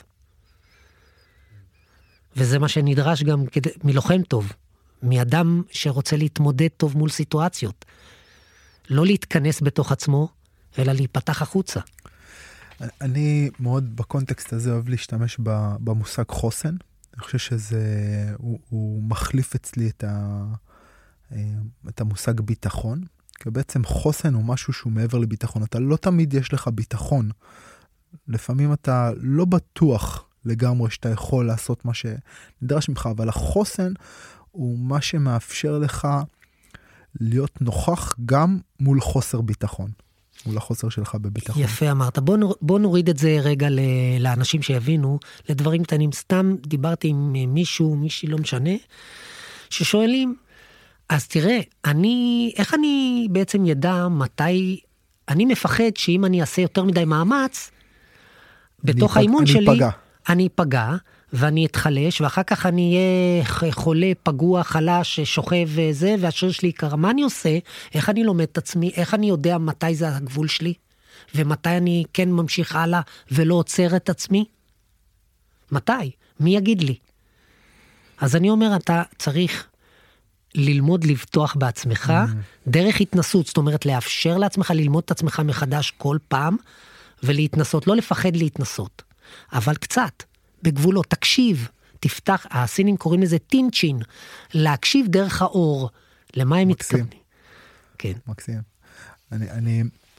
וזה מה שנדרש גם כדי, מלוחם טוב, מאדם שרוצה להתמודד טוב מול סיטואציות. לא להתכנס בתוך עצמו, אלא להיפתח החוצה. אני מאוד בקונטקסט הזה אוהב להשתמש במושג חוסן. אני חושב שזה, הוא, הוא מחליף אצלי את, ה, את המושג ביטחון. כי בעצם חוסן הוא משהו שהוא מעבר לביטחון. אתה לא תמיד יש לך ביטחון. לפעמים אתה לא בטוח לגמרי שאתה יכול לעשות מה שנדרש ממך, אבל החוסן הוא מה שמאפשר לך להיות נוכח גם מול חוסר ביטחון. מול החוסר שלך בביטחון. יפה אמרת. בוא, נור, בוא נוריד את זה רגע ל, לאנשים שיבינו, לדברים קטנים. סתם דיברתי עם מישהו, מישהי לא משנה, ששואלים, אז תראה, אני, איך אני בעצם ידע מתי, אני מפחד שאם אני אעשה יותר מדי מאמץ, בתוך האימון שלי, אני פגע. אני פגע, ואני אתחלש, ואחר כך אני אהיה חולה, פגוע, חלש, שוכב וזה, והשריר שלי יקרה. מה אני עושה? איך אני לומד את עצמי? איך אני יודע מתי זה הגבול שלי? ומתי אני כן ממשיך הלאה ולא עוצר את עצמי? מתי? מי יגיד לי? אז אני אומר, אתה צריך ללמוד לבטוח בעצמך, mm. דרך התנסות, זאת אומרת, לאפשר לעצמך ללמוד את עצמך מחדש כל פעם, ולהתנסות, לא לפחד להתנסות, אבל קצת, בגבולות, תקשיב, תפתח, הסינים קוראים לזה טינצ'ין, להקשיב דרך האור, למה הם מתכוונים. כן. מקסים. אני, אני,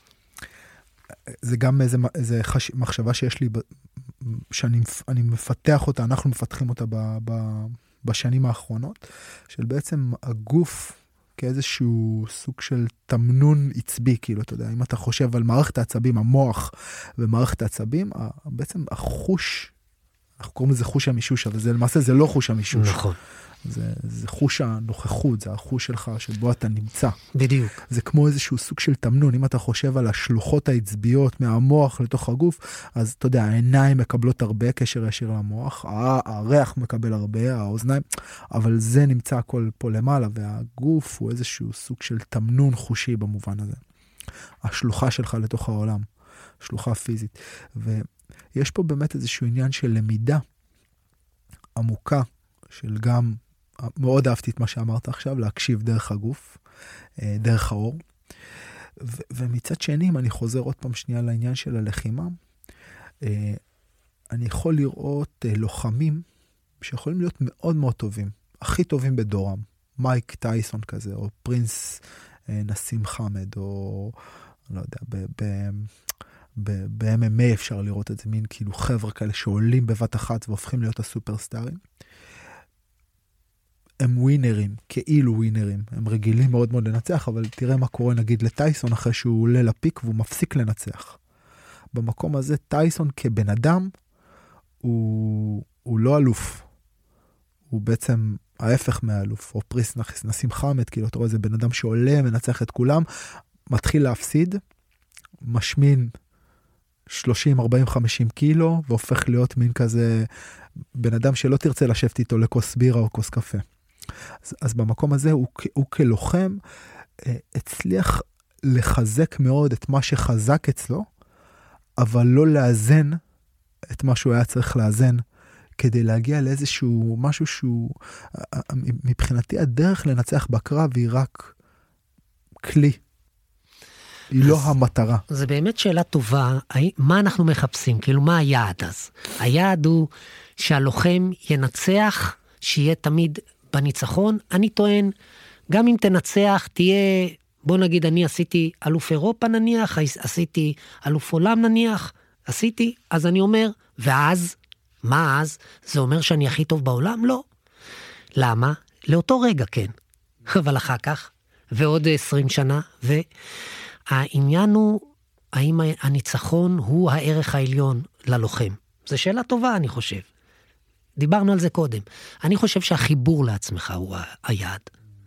זה גם איזה, איזה חש, מחשבה שיש לי, שאני אני מפתח אותה, אנחנו מפתחים אותה ב, ב, בשנים האחרונות, של בעצם הגוף כאיזשהו סוג של תמנון עצבי, כאילו, אתה יודע, אם אתה חושב על מערכת העצבים, המוח ומערכת העצבים, בעצם החוש, אנחנו קוראים לזה חוש המישוש, אבל זה, למעשה זה לא חוש המישוש. נכון. זה, זה חוש הנוכחות, זה החוש שלך שבו אתה נמצא. בדיוק. זה כמו איזשהו סוג של תמנון, אם אתה חושב על השלוחות העצביות מהמוח לתוך הגוף, אז אתה יודע, העיניים מקבלות הרבה קשר ישיר למוח, הריח מקבל הרבה, האוזניים, אבל זה נמצא הכל פה למעלה, והגוף הוא איזשהו סוג של תמנון חושי במובן הזה. השלוחה שלך לתוך העולם, שלוחה פיזית. ויש פה באמת איזשהו עניין של למידה עמוקה, של גם מאוד אהבתי את מה שאמרת עכשיו, להקשיב דרך הגוף, דרך האור. ו- ומצד שני, אם אני חוזר עוד פעם שנייה לעניין של הלחימה, אני יכול לראות לוחמים שיכולים להיות מאוד מאוד טובים, הכי טובים בדורם, מייק טייסון כזה, או פרינס נסים חמד, או לא יודע, ב-אם אם איי אפשר לראות את זה, מין כאילו חבר'ה כאלה שעולים בבת אחת והופכים להיות הסופרסטארים. הם ווינרים, כאילו ווינרים, הם רגילים מאוד מאוד לנצח, אבל תראה מה קורה נגיד לטייסון אחרי שהוא עולה לפיק והוא מפסיק לנצח. במקום הזה טייסון כבן אדם הוא, הוא לא אלוף. הוא בעצם ההפך מהאלוף, או פריס נסים חמד, כאילו אתה רואה איזה בן אדם שעולה, מנצח את כולם, מתחיל להפסיד, משמין שלושים, ארבעים, חמישים קילו, והופך להיות מין כזה בן אדם שלא תרצה לשבת איתו לכוס בירה או כוס קפה. אז, אז במקום הזה הוא, הוא כלוחם הצליח לחזק מאוד את מה שחזק אצלו, אבל לא לאזן את מה שהוא היה צריך לאזן, כדי להגיע לאיזשהו משהו שהוא, מבחינתי הדרך לנצח בקרב היא רק כלי. היא לא המטרה. זה באמת שאלה טובה, מה אנחנו מחפשים? כאילו, מה היעד אז? היעד הוא שהלוחם ינצח, שיהיה תמיד בניצחון. אני טוען, גם אם תנצח, תהיה, בוא נגיד, אני עשיתי אלוף אירופה נניח, עשיתי אלוף עולם נניח, עשיתי, אז אני אומר, ואז, מה אז? זה אומר שאני הכי טוב בעולם? לא. למה? לאותו רגע כן. אבל אחר כך, ועוד עשרים שנה, ו... העניין הוא, האם הניצחון הוא הערך העליון ללוחם? זו שאלה טובה, אני חושב. דיברנו על זה קודם. אני חושב שהחיבור לעצמך הוא היעד.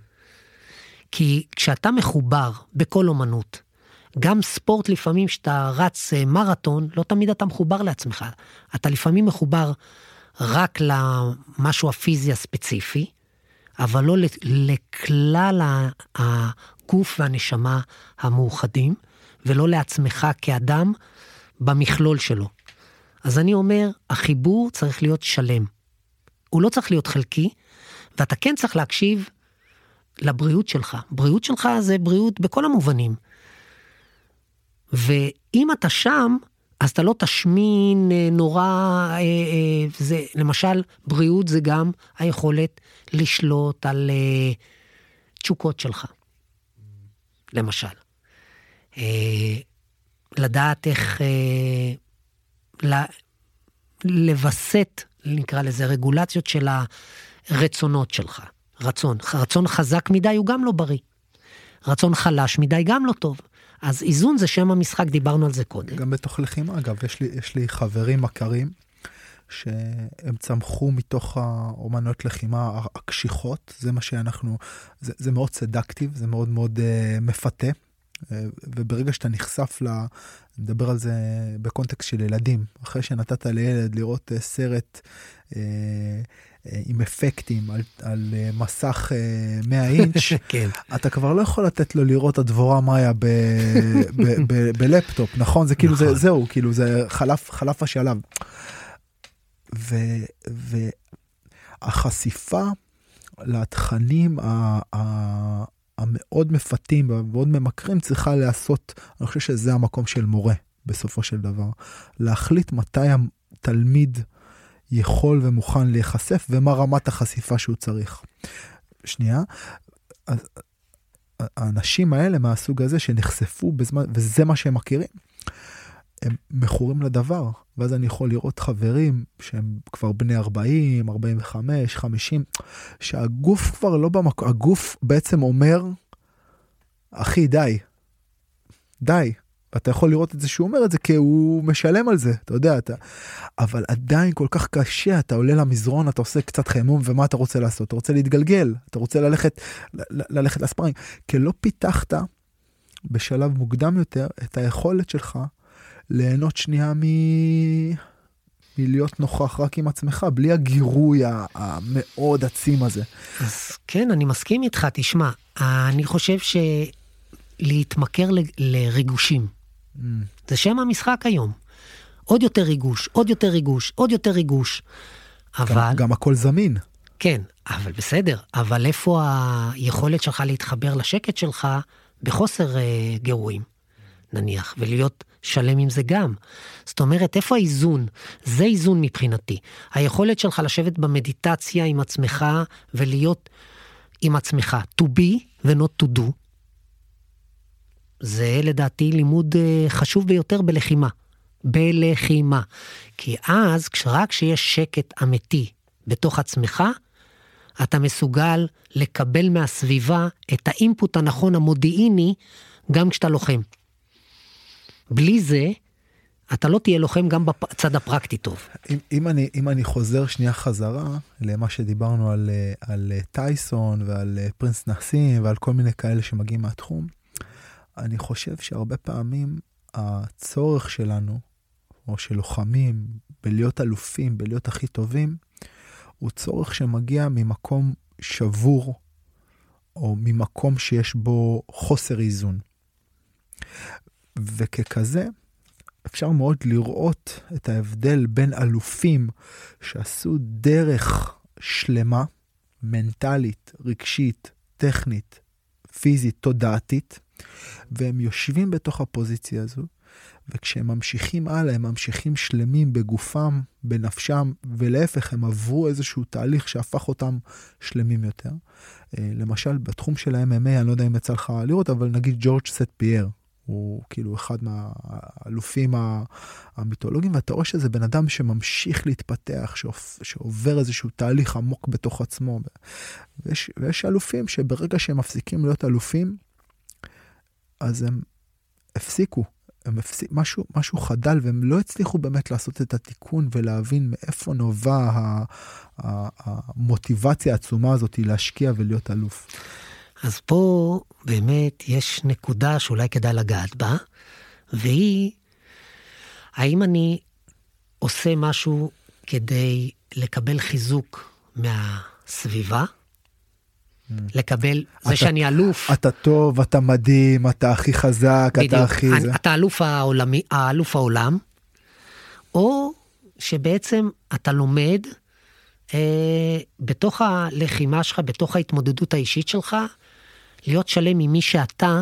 כי כשאתה מחובר בכל אומנות, גם ספורט לפעמים שאתה רץ מרתון, לא תמיד אתה מחובר לעצמך. אתה לפעמים מחובר רק למשהו הפיזי הספציפי, אבל לא לכלל הגוף והנשמה המאוחדים, ולא לעצמך כאדם במכלול שלו. אז אני אומר, החיבור צריך להיות שלם. הוא לא צריך להיות חלקי, ואתה כן צריך להקשיב לבריאות שלך. בריאות שלך זה בריאות בכל המובנים. ואם אתה שם, אז אתה לא תשמין נורא, זה, למשל, בריאות זה גם היכולת לשלוט על תשוקות שלך. למשל. לדעת איך לבסט, נקרא לזה, רגולציות של הרצונות שלך. רצון. רצון חזק מדי הוא גם לא בריא. רצון חלש מדי גם לא טוב. אז איזון זה שם המשחק, דיברנו על זה קודם. גם בתוך לחימה, אגב, יש לי, יש לי חברים מכרים, שהם צמחו מתוך האומנויות לחימה הקשיחות, זה מה שאנחנו, זה, זה מאוד סדקטיב, זה מאוד מאוד uh, מפתה, uh, וברגע שאתה נחשף ל... נדבר על זה בקונטקסט של ילדים, אחרי שנתת לילד לראות uh, סרט uh, uh, עם אפקטים על, על uh, מסך uh, מאה אינץ', כן. אתה כבר לא יכול לתת לו לראות הדבורה מאיה ב, ב, ב, בלפטופ, נכון? זה כאילו, נכון. זה, זהו, כאילו, זה חלף, חלף השלב. והחשיפה לתכנים המאוד מפתים ומאוד ממכרים צריכה לעשות, אני חושב שזה המקום של מורה בסופו של דבר, להחליט מתי התלמיד יכול ומוכן להיחשף ומה רמת החשיפה שהוא צריך. שנייה, האנשים האלה מהסוג הזה שנחשפו בזמן, וזה מה שהם מכירים, הם מכורים לדבר, ואז אני יכול לראות חברים שהם כבר בני ארבעים, ארבעים וחמש, חמישים, שהגוף כבר לא במקום, הגוף בעצם אומר, אחי די, די, ואתה יכול לראות את זה שהוא אומר את זה, כי הוא משלם על זה, אתה יודע, אתה, אבל עדיין כל כך קשה, אתה עולה למזרון, אתה עושה קצת חימום, ומה אתה רוצה לעשות? אתה רוצה להתגלגל, אתה רוצה ללכת, ל- ללכת לספרינג, כי לא פיתחת בשלב מוקדם יותר את היכולת שלך, ליהנות שנייה מ... מלהיות נוכח רק עם עצמך, בלי הגירוי המאוד עצים הזה. אז כן, אני מסכים איתך, תשמע, אני חושב שלהתמכר ל... לריגושים, mm. זה שם המשחק היום. עוד יותר ריגוש, עוד יותר ריגוש, עוד יותר ריגוש. אבל... גם, גם הכל זמין. כן, אבל בסדר, אבל איפה היכולת שלך להתחבר לשקט שלך בחוסר uh, גירויים, נניח, ולהיות שלם עם זה גם. זאת אומרת, איפה האיזון? זה איזון מבחינתי. היכולת שלך לשבת במדיטציה עם עצמך, ולהיות עם עצמך, to be ו-not to do, זה לדעתי לימוד uh, חשוב ביותר בלחימה. בלחימה. כי אז, רק כשיש שקט אמיתי בתוך עצמך, אתה מסוגל לקבל מהסביבה את האינפוט הנכון המודיעיני, גם כשאתה לוחם. בלי זה, אתה לא תהיה לוחם גם בצד הפרקטי טוב. אם, אם, אני, אם אני חוזר שנייה חזרה, למה שדיברנו על, על טייסון ועל פרינס נסים ועל כל מיני כאלה שמגיעים מהתחום, אני חושב שהרבה פעמים הצורך שלנו, או של לוחמים, בלהיות אלופים, בלהיות הכי טובים, הוא צורך שמגיע ממקום שבור, או ממקום שיש בו חוסר איזון. וככזה, אפשר מאוד לראות את ההבדל בין אלופים שעשו דרך שלמה, מנטלית, רגשית, טכנית, פיזית, תודעתית, והם יושבים בתוך הפוזיציה הזו, וכשהם ממשיכים הלאה, הם ממשיכים שלמים בגופם, בנפשם, ולהפך, הם עברו איזשהו תהליך שהפך אותם שלמים יותר. למשל, בתחום של ה-אם אם איי, אני לא יודע אם יצא לך לראות, אבל נגיד ג'ורג' סט פייר, הוא כאילו אחד מהאלופים המיתולוגיים, ואתה רואה שזה בן אדם שממשיך להתפתח, שעובר איזשהו תהליך עמוק בתוך עצמו. ויש, ויש אלופים שברגע שהם מפסיקים להיות אלופים, אז הם הפסיקו. הם הפסיק, משהו, משהו חדל, והם לא הצליחו באמת לעשות את התיקון ולהבין מאיפה נובע המוטיבציה העצומה הזאת להשקיע ולהיות אלוף. אז פה באמת יש נקודה שאולי כדאי לגעת בה, והיא, האם אני עושה משהו כדי לקבל חיזוק מהסביבה, לקבל, זה שאני אלוף. אתה טוב, אתה מדהים, אתה הכי חזק, אתה הכי... אתה אלוף העולמי, האלוף העולם, או שבעצם אתה לומד אה, בתוך הלחימה שלך, בתוך ההתמודדות האישית שלך, להיות שלם עם מי שאתה,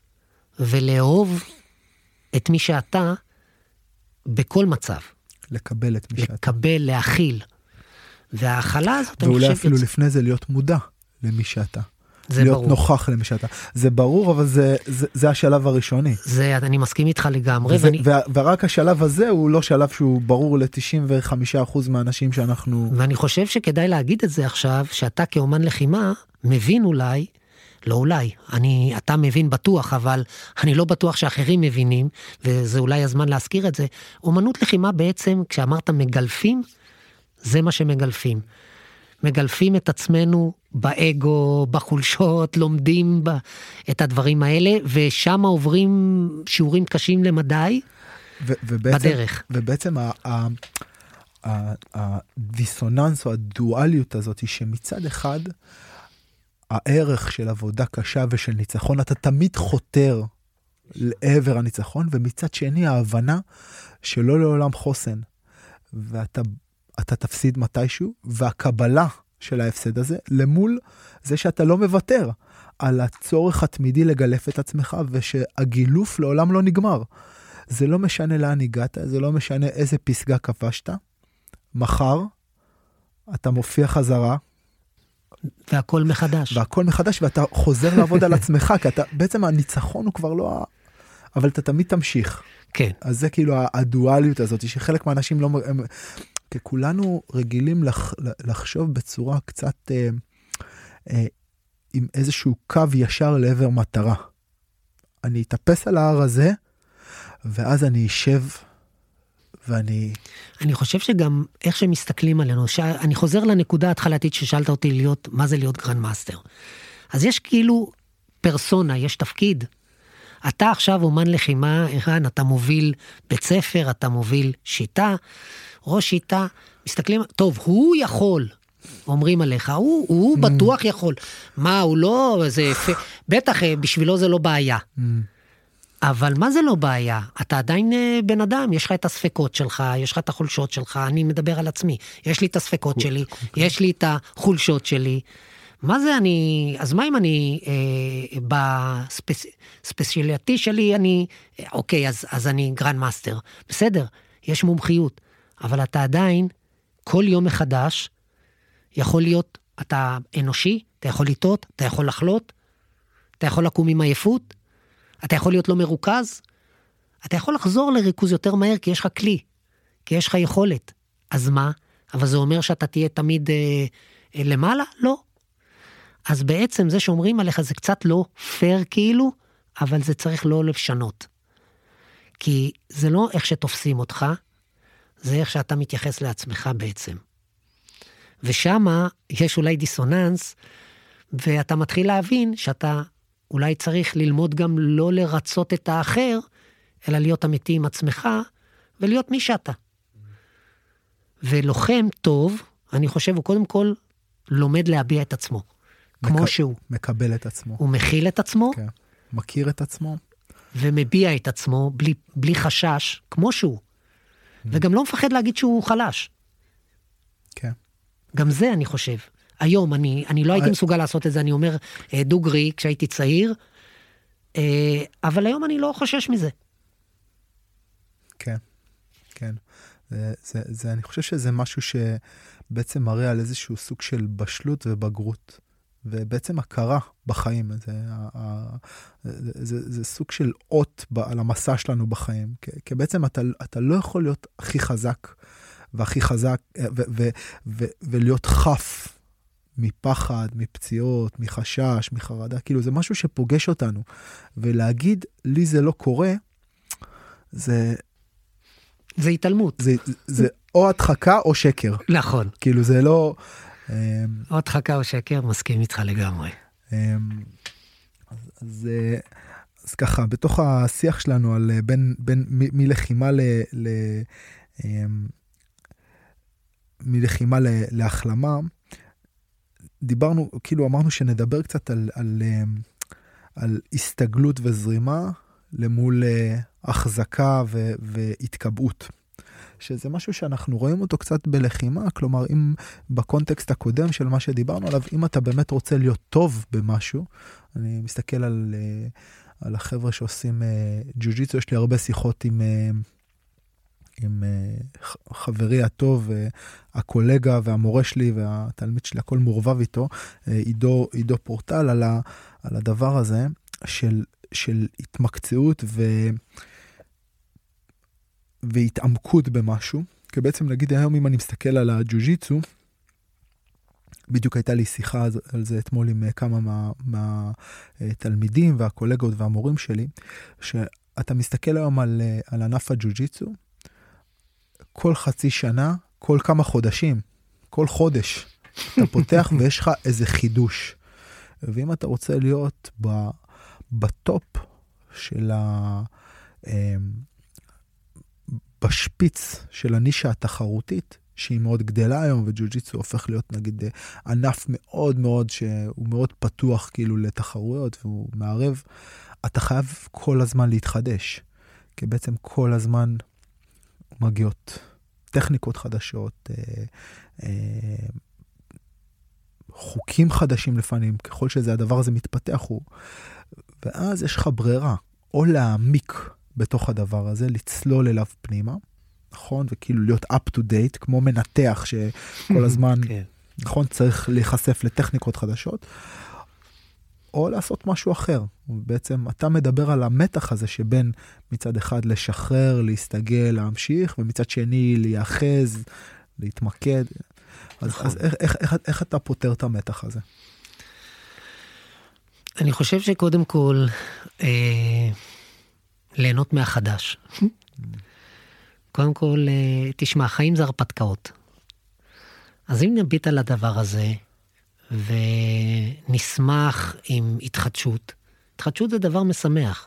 ולאהוב את מי שאתה בכל מצב. לקבל את מי שאתה. לקבל, להכיל. וההכלה הזאת, ואולי אפילו לפני זה להיות מודע. למי שאתה. להיות ברור. נוכח למי שאתה. זה ברור, אבל זה, זה, זה השלב הראשוני. זה, אני מסכים איתך לגמרי. וזה, ואני... ו, ורק השלב הזה הוא לא שלב שהוא ברור ל-תשעים וחמישה אחוז מהאנשים שאנחנו... ואני חושב שכדאי להגיד את זה עכשיו, שאתה כאומן לחימה מבין אולי, לא אולי, אני, אתה מבין בטוח, אבל אני לא בטוח שאחרים מבינים, וזה אולי הזמן להזכיר את זה. אומנות לחימה בעצם, כשאמרת מגלפים, זה מה שמגלפים. מגלפים את עצמנו באגו, בחולשות, לומדים את הדברים האלה, ושם עוברים שיעורים קשים למדי ו- ובעצם, בדרך. ובעצם ה- ה- ה- הדיסוננס או הדואליות הזאת היא שמצד אחד, הערך של עבודה קשה ושל ניצחון, אתה תמיד חותר לעבר הניצחון, ומצד שני ההבנה שלא לעולם חוסן, ואתה אתה תפסיד מתישהו, והקבלה של ההפסד הזה, למול זה שאתה לא מוותר על הצורך התמידי לגלף את עצמך, ושהגילוף לעולם לא נגמר. זה לא משנה לאן הגעת, זה לא משנה איזה פסגה כבשת, מחר אתה מופיע חזרה, והכל מחדש. והכל מחדש, ואתה חוזר לעבוד על עצמך, כי אתה, בעצם הניצחון הוא כבר לא, אבל אתה תמיד תמשיך. כן. אז זה כאילו הדואליות הזאת, שחלק מהאנשים לא... הם, כי כולנו רגילים לח, לחשוב בצורה קצת אה, אה, עם איזשהו קו ישר לעבר מטרה. אני אתאפס על ההר הזה, ואז אני אשב, ואני... אני חושב שגם איך שמסתכלים עלינו, אני חוזר לנקודה ההתחלתית ששאלת אותי להיות, מה זה להיות גרנד מאסטר. אז יש כאילו פרסונה, יש תפקיד. אתה עכשיו אומן לחימה, אתה מוביל בית ספר, אתה מוביל שיטה, ראש שיטה, מסתכלים, טוב, הוא יכול, אומרים עליך, הוא, הוא בטוח יכול. מה, הוא לא, זה, בטח, בשבילו זה לא בעיה. אבל מה זה לא בעיה? אתה עדיין בן אדם, יש לך את הספקות שלך, יש לך את החולשות שלך, אני מדבר על עצמי, יש לי את הספקות שלי, יש לי את החולשות שלי, מה זה אני, אז מה אם אני, אה, בספציאליטי שלי, אני, אוקיי, אז, אז אני גרנד מאסטר, בסדר, יש מומחיות, אבל אתה עדיין, כל יום מחדש, יכול להיות, אתה אנושי, אתה יכול לטעות, אתה יכול לחלות, אתה יכול לקום עם עייפות, אתה יכול להיות לא מרוכז, אתה יכול לחזור לריכוז יותר מהר, כי יש לך כלי, כי יש לך יכולת. אז מה? אבל זה אומר שאתה תהיה תמיד אה, אה, למעלה? לא. אז בעצם זה שאומרים עליך זה קצת לא פייר כאילו, אבל זה צריך לא לשנות. כי זה לא איך שתופסים אותך, זה איך שאתה מתייחס לעצמך בעצם. ושמה יש אולי דיסוננס, ואתה מתחיל להבין שאתה אולי צריך ללמוד גם לא לרצות את האחר, אלא להיות אמיתי עם עצמך, ולהיות מי שאתה. ולוחם טוב, אני חושב, הוא קודם כל לומד להביע את עצמו. כמו מק... שהוא. מקבל את עצמו. הוא מכיל את עצמו. כן. מכיר את עצמו. ומביע את עצמו בלי, בלי חשש, כמו שהוא. Mm. וגם לא מפחד להגיד שהוא חלש. כן. גם זה אני חושב. היום אני, אני לא הייתי מסוגל לעשות את זה, אני אומר דוגרי כשהייתי צעיר, אבל היום אני לא חושש מזה. כן, כן. זה, זה, זה, אני חושב שזה משהו שבעצם מראה על איזשהו סוג של בשלות ובגרות, ובעצם הכרה בחיים. זה, זה, זה, זה סוג של אות על המסע שלנו בחיים, כי, כי בעצם אתה, אתה לא יכול להיות הכי חזק, והכי חזק, ו, ו, ו, ולהיות חף, מפחד, מפציעות, מחשש, מחרדה, כאילו זה משהו שפוגש אותנו, ולהגיד לי זה לא קורה, זה... זה התעלמות. זה, זה או הדחקה או שקר. נכון. כאילו זה לא... או הדחקה או שקר, מסכים איתך לגמרי. אז, אז, אז ככה, בתוך השיח שלנו על בין, בין מ, מלחימה ל... ל מלחימה ל, להחלמה, דיברנו, כאילו אמרנו שנדבר קצת על, על, על הסתגלות וזרימה למול החזקה ו, והתקבעות. שזה משהו שאנחנו רואים אותו קצת בלחימה, כלומר, אם בקונטקסט הקודם של מה שדיברנו עליו, אם אתה באמת רוצה להיות טוב במשהו, אני מסתכל על, על החבר'ה שעושים ג'ו-ג'יטסו, יש לי הרבה שיחות עם... עם חברי הטוב, הקולגה והמורה שלי והתלמיד שלי, הכל מורבב איתו, עידו, עידו פורטל על, ה, על הדבר הזה של, של התמקצעות ו, והתעמקות במשהו. כי בעצם נגיד היום אם אני מסתכל על הג'ו-ג'יטסו, בדיוק הייתה לי שיחה על זה אתמול עם כמה מהתלמידים והקולגות והמורים שלי, שאתה מסתכל היום על, על ענף הג'ו-ג'יטסו, כל חצי שנה, כל כמה חודשים, כל חודש, אתה פותח ויש לך איזה חידוש. ואם אתה רוצה להיות ב, בטופ של ה... בשפיץ של הנישה התחרותית, שהיא מאוד גדלה היום, וג'ו-ג'יטסו הופך להיות נגיד ענף מאוד מאוד, שהוא מאוד פתוח כאילו לתחרויות, והוא מערב, אתה חייב כל הזמן להתחדש, כי בעצם כל הזמן מגיעות טכניקות חדשות, אה, אה, חוקים חדשים לפעמים, ככל שזה הדבר הזה מתפתח הוא, ואז יש לך ברירה, או להעמיק בתוך הדבר הזה, לצלול אליו פנימה, נכון? וכאילו להיות up to date, כמו מנתח שכל הזמן, נכון? צריך להיחשף לטכניקות חדשות, או לעשות משהו אחר. בעצם אתה מדבר על המתח הזה שבין מצד אחד לשחרר, להסתגל, להמשיך, ומצד שני להיאחז, להתמקד. אז, אז איך, איך, איך, איך אתה פותר את המתח הזה? אני חושב שקודם כל, אה, ליהנות מהחדש. קודם כל, אה, תשמע, חיים זה הרפתקאות. אז אם נביט על הדבר הזה, ונשמח עם התחדשות. התחדשות זה דבר משמח.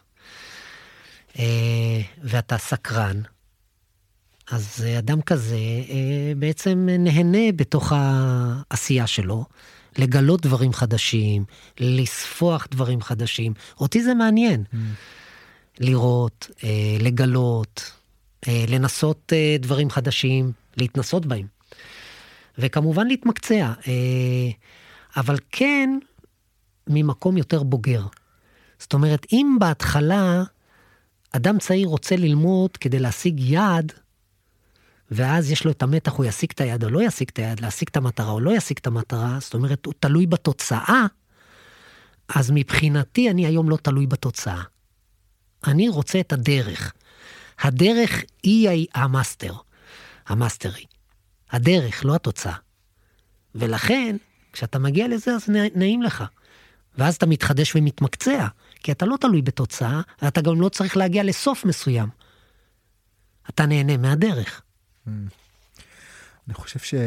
ואתה סקרן. אז אדם כזה בעצם נהנה בתוך העשייה שלו, לגלות דברים חדשים, לספוח דברים חדשים. אותי זה מעניין. לראות, אה, לגלות, אה, לנסות אה, דברים חדשים, להתנסות בהם. וכמובן להתמקצע, אה, אבל כן ממקום יותר בוגר. זאת אומרת, אם בהתחלה אדם צעיר רוצה ללמוד כדי להשיג יעד, ואז יש לו את המתח, הוא ישיג את היעד או לא ישיג את היעד, להשיג את המטרה או לא ישיג את המטרה, זאת אומרת, הוא תלוי בתוצאה, אז מבחינתי אני היום לא תלוי בתוצאה. אני רוצה את הדרך. הדרך היא המאסטר, המאסטרי. הדרך, לא התוצאה. ולכן, כשאתה מגיע לזה, אז נעים לך. ואז אתה מתחדש ומתמקצע, כי אתה לא תלוי בתוצאה, ואתה גם לא צריך להגיע לסוף מסוים. אתה נהנה מהדרך. אני חושב ש...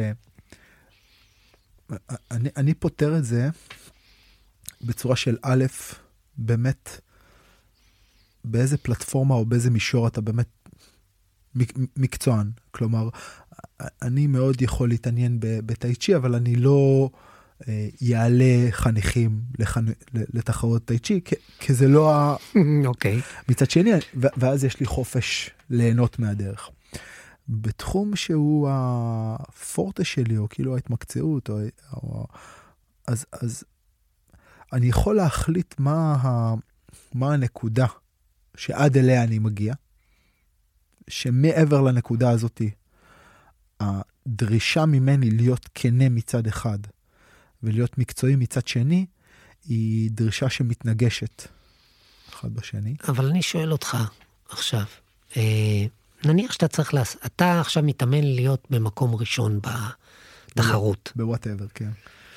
אני, אני פותר את זה בצורה של א', באמת, באיזה פלטפורמה או באיזה מישור אתה באמת מקצוען. כלומר, אני מאוד יכול להתעניין בטאי-צ'י, אבל אני לא יעלה חניכים לתחרות טאי-צ'י, כי זה לא ה... אוקיי. מצד שני, ואז יש לי חופש ליהנות מהדרך. בתחום שהוא הפורטה שלי, או כאילו ההתמקצעות, או... אז, אז אני יכול להחליט מה, ה... מה הנקודה שעד אליה אני מגיע, שמעבר לנקודה הזאת, הדרישה ממני להיות כנה מצד אחד, ולהיות מקצועי מצד שני, היא דרישה שמתנגשת אחד בשני. אבל אני שואל אותך עכשיו, אה, נניח שאתה צריך לעשות, אתה עכשיו מתאמן להיות במקום ראשון בתחרות. בוואטאבר, כן.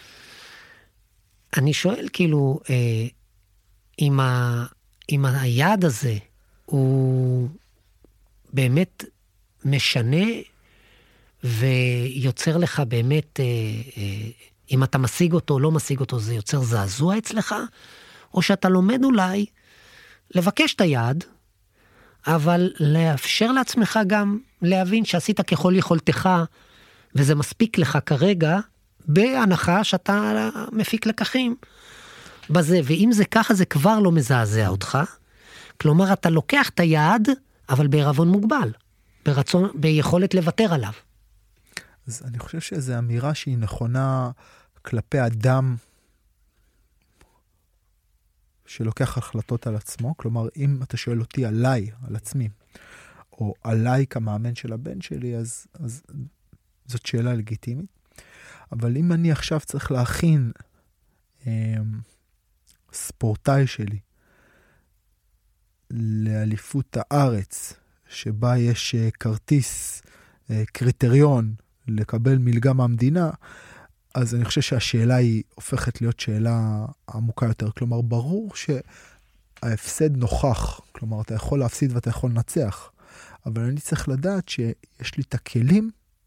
אני שואל כאילו, אה, אם, ה, אם היעד הזה הוא באמת משנה ויוצר לך באמת, אה, אה, אם אתה משיג אותו או לא משיג אותו, זה יוצר זעזוע אצלך, או שאתה לומד אולי לבקש את היעד, אבל לאפשר לעצמך גם להבין שעשית ככל יכולתך, וזה מספיק לך כרגע, בהנחה שאתה מפיק לקחים בזה, ואם זה ככה זה כבר לא מזעזע אותך, כלומר אתה לוקח את היעד, אבל בערבון מוגבל, ברצון, ביכולת לוותר עליו. אז אני חושב שזו אמירה שהיא נכונה כלפי אדם שלוקח החלטות על עצמו, כלומר אם אתה שואל אותי עליי, על עצמי, או עליי כמאמן של הבן שלי, אז, אז זאת שאלה לגיטימית. אבל אם אני עכשיו צריך להכין אה, ספורטאי שלי לאליפות הארץ, שבה יש אה, כרטיס, אה, קריטריון לקבל מלגה מהמדינה, אז אני חושב שהשאלה היא הופכת להיות שאלה עמוקה יותר. כלומר, ברור שההפסד נוכח, כלומר, אתה יכול להפסיד ואתה יכול לנצח, אבל אני צריך לדעת שיש לי את הכלים.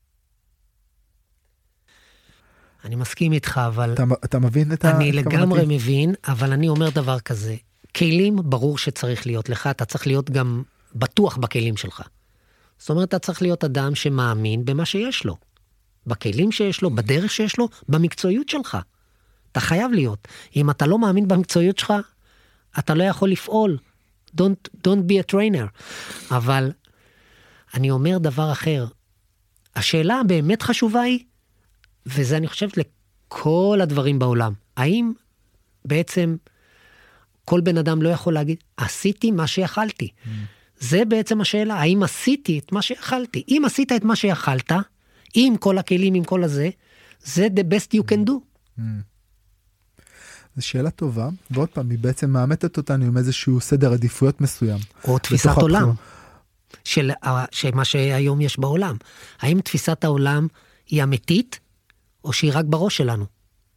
אני מסכים איתך, אבל... אתה, אתה מבין את ה... אני לגמרי מבין, אבל אני אומר דבר כזה. כלים ברור שצריך להיות לך, אתה צריך להיות גם בטוח בכלים שלך. זאת אומרת, אתה צריך להיות אדם שמאמין במה שיש לו. בכלים שיש לו, בדרך שיש לו, במקצועיות שלך. אתה חייב להיות. אם אתה לא מאמין במקצועיות שלך, אתה לא יכול לפעול. Don't, don't be a trainer. אבל אני אומר דבר אחר. השאלה הבאמת חשובה היא, וזה אני חושבת לכל הדברים בעולם, האם בעצם כל בן אדם לא יכול להגיד, עשיתי מה שיכלתי. Mm. זה בעצם השאלה, האם עשיתי את מה שיכלתי? אם עשית את מה שיכלת, עם כל הכלים, עם כל הזה, זה the best you can do. Mm. זו שאלה טובה, ועוד פעם, היא בעצם מאמתת אותנו עם איזשהו סדר עדיפויות מסוים. או תפיסת עולם, של, של מה שהיום יש בעולם. האם תפיסת העולם היא אמיתית, או שהיא רק בראש שלנו?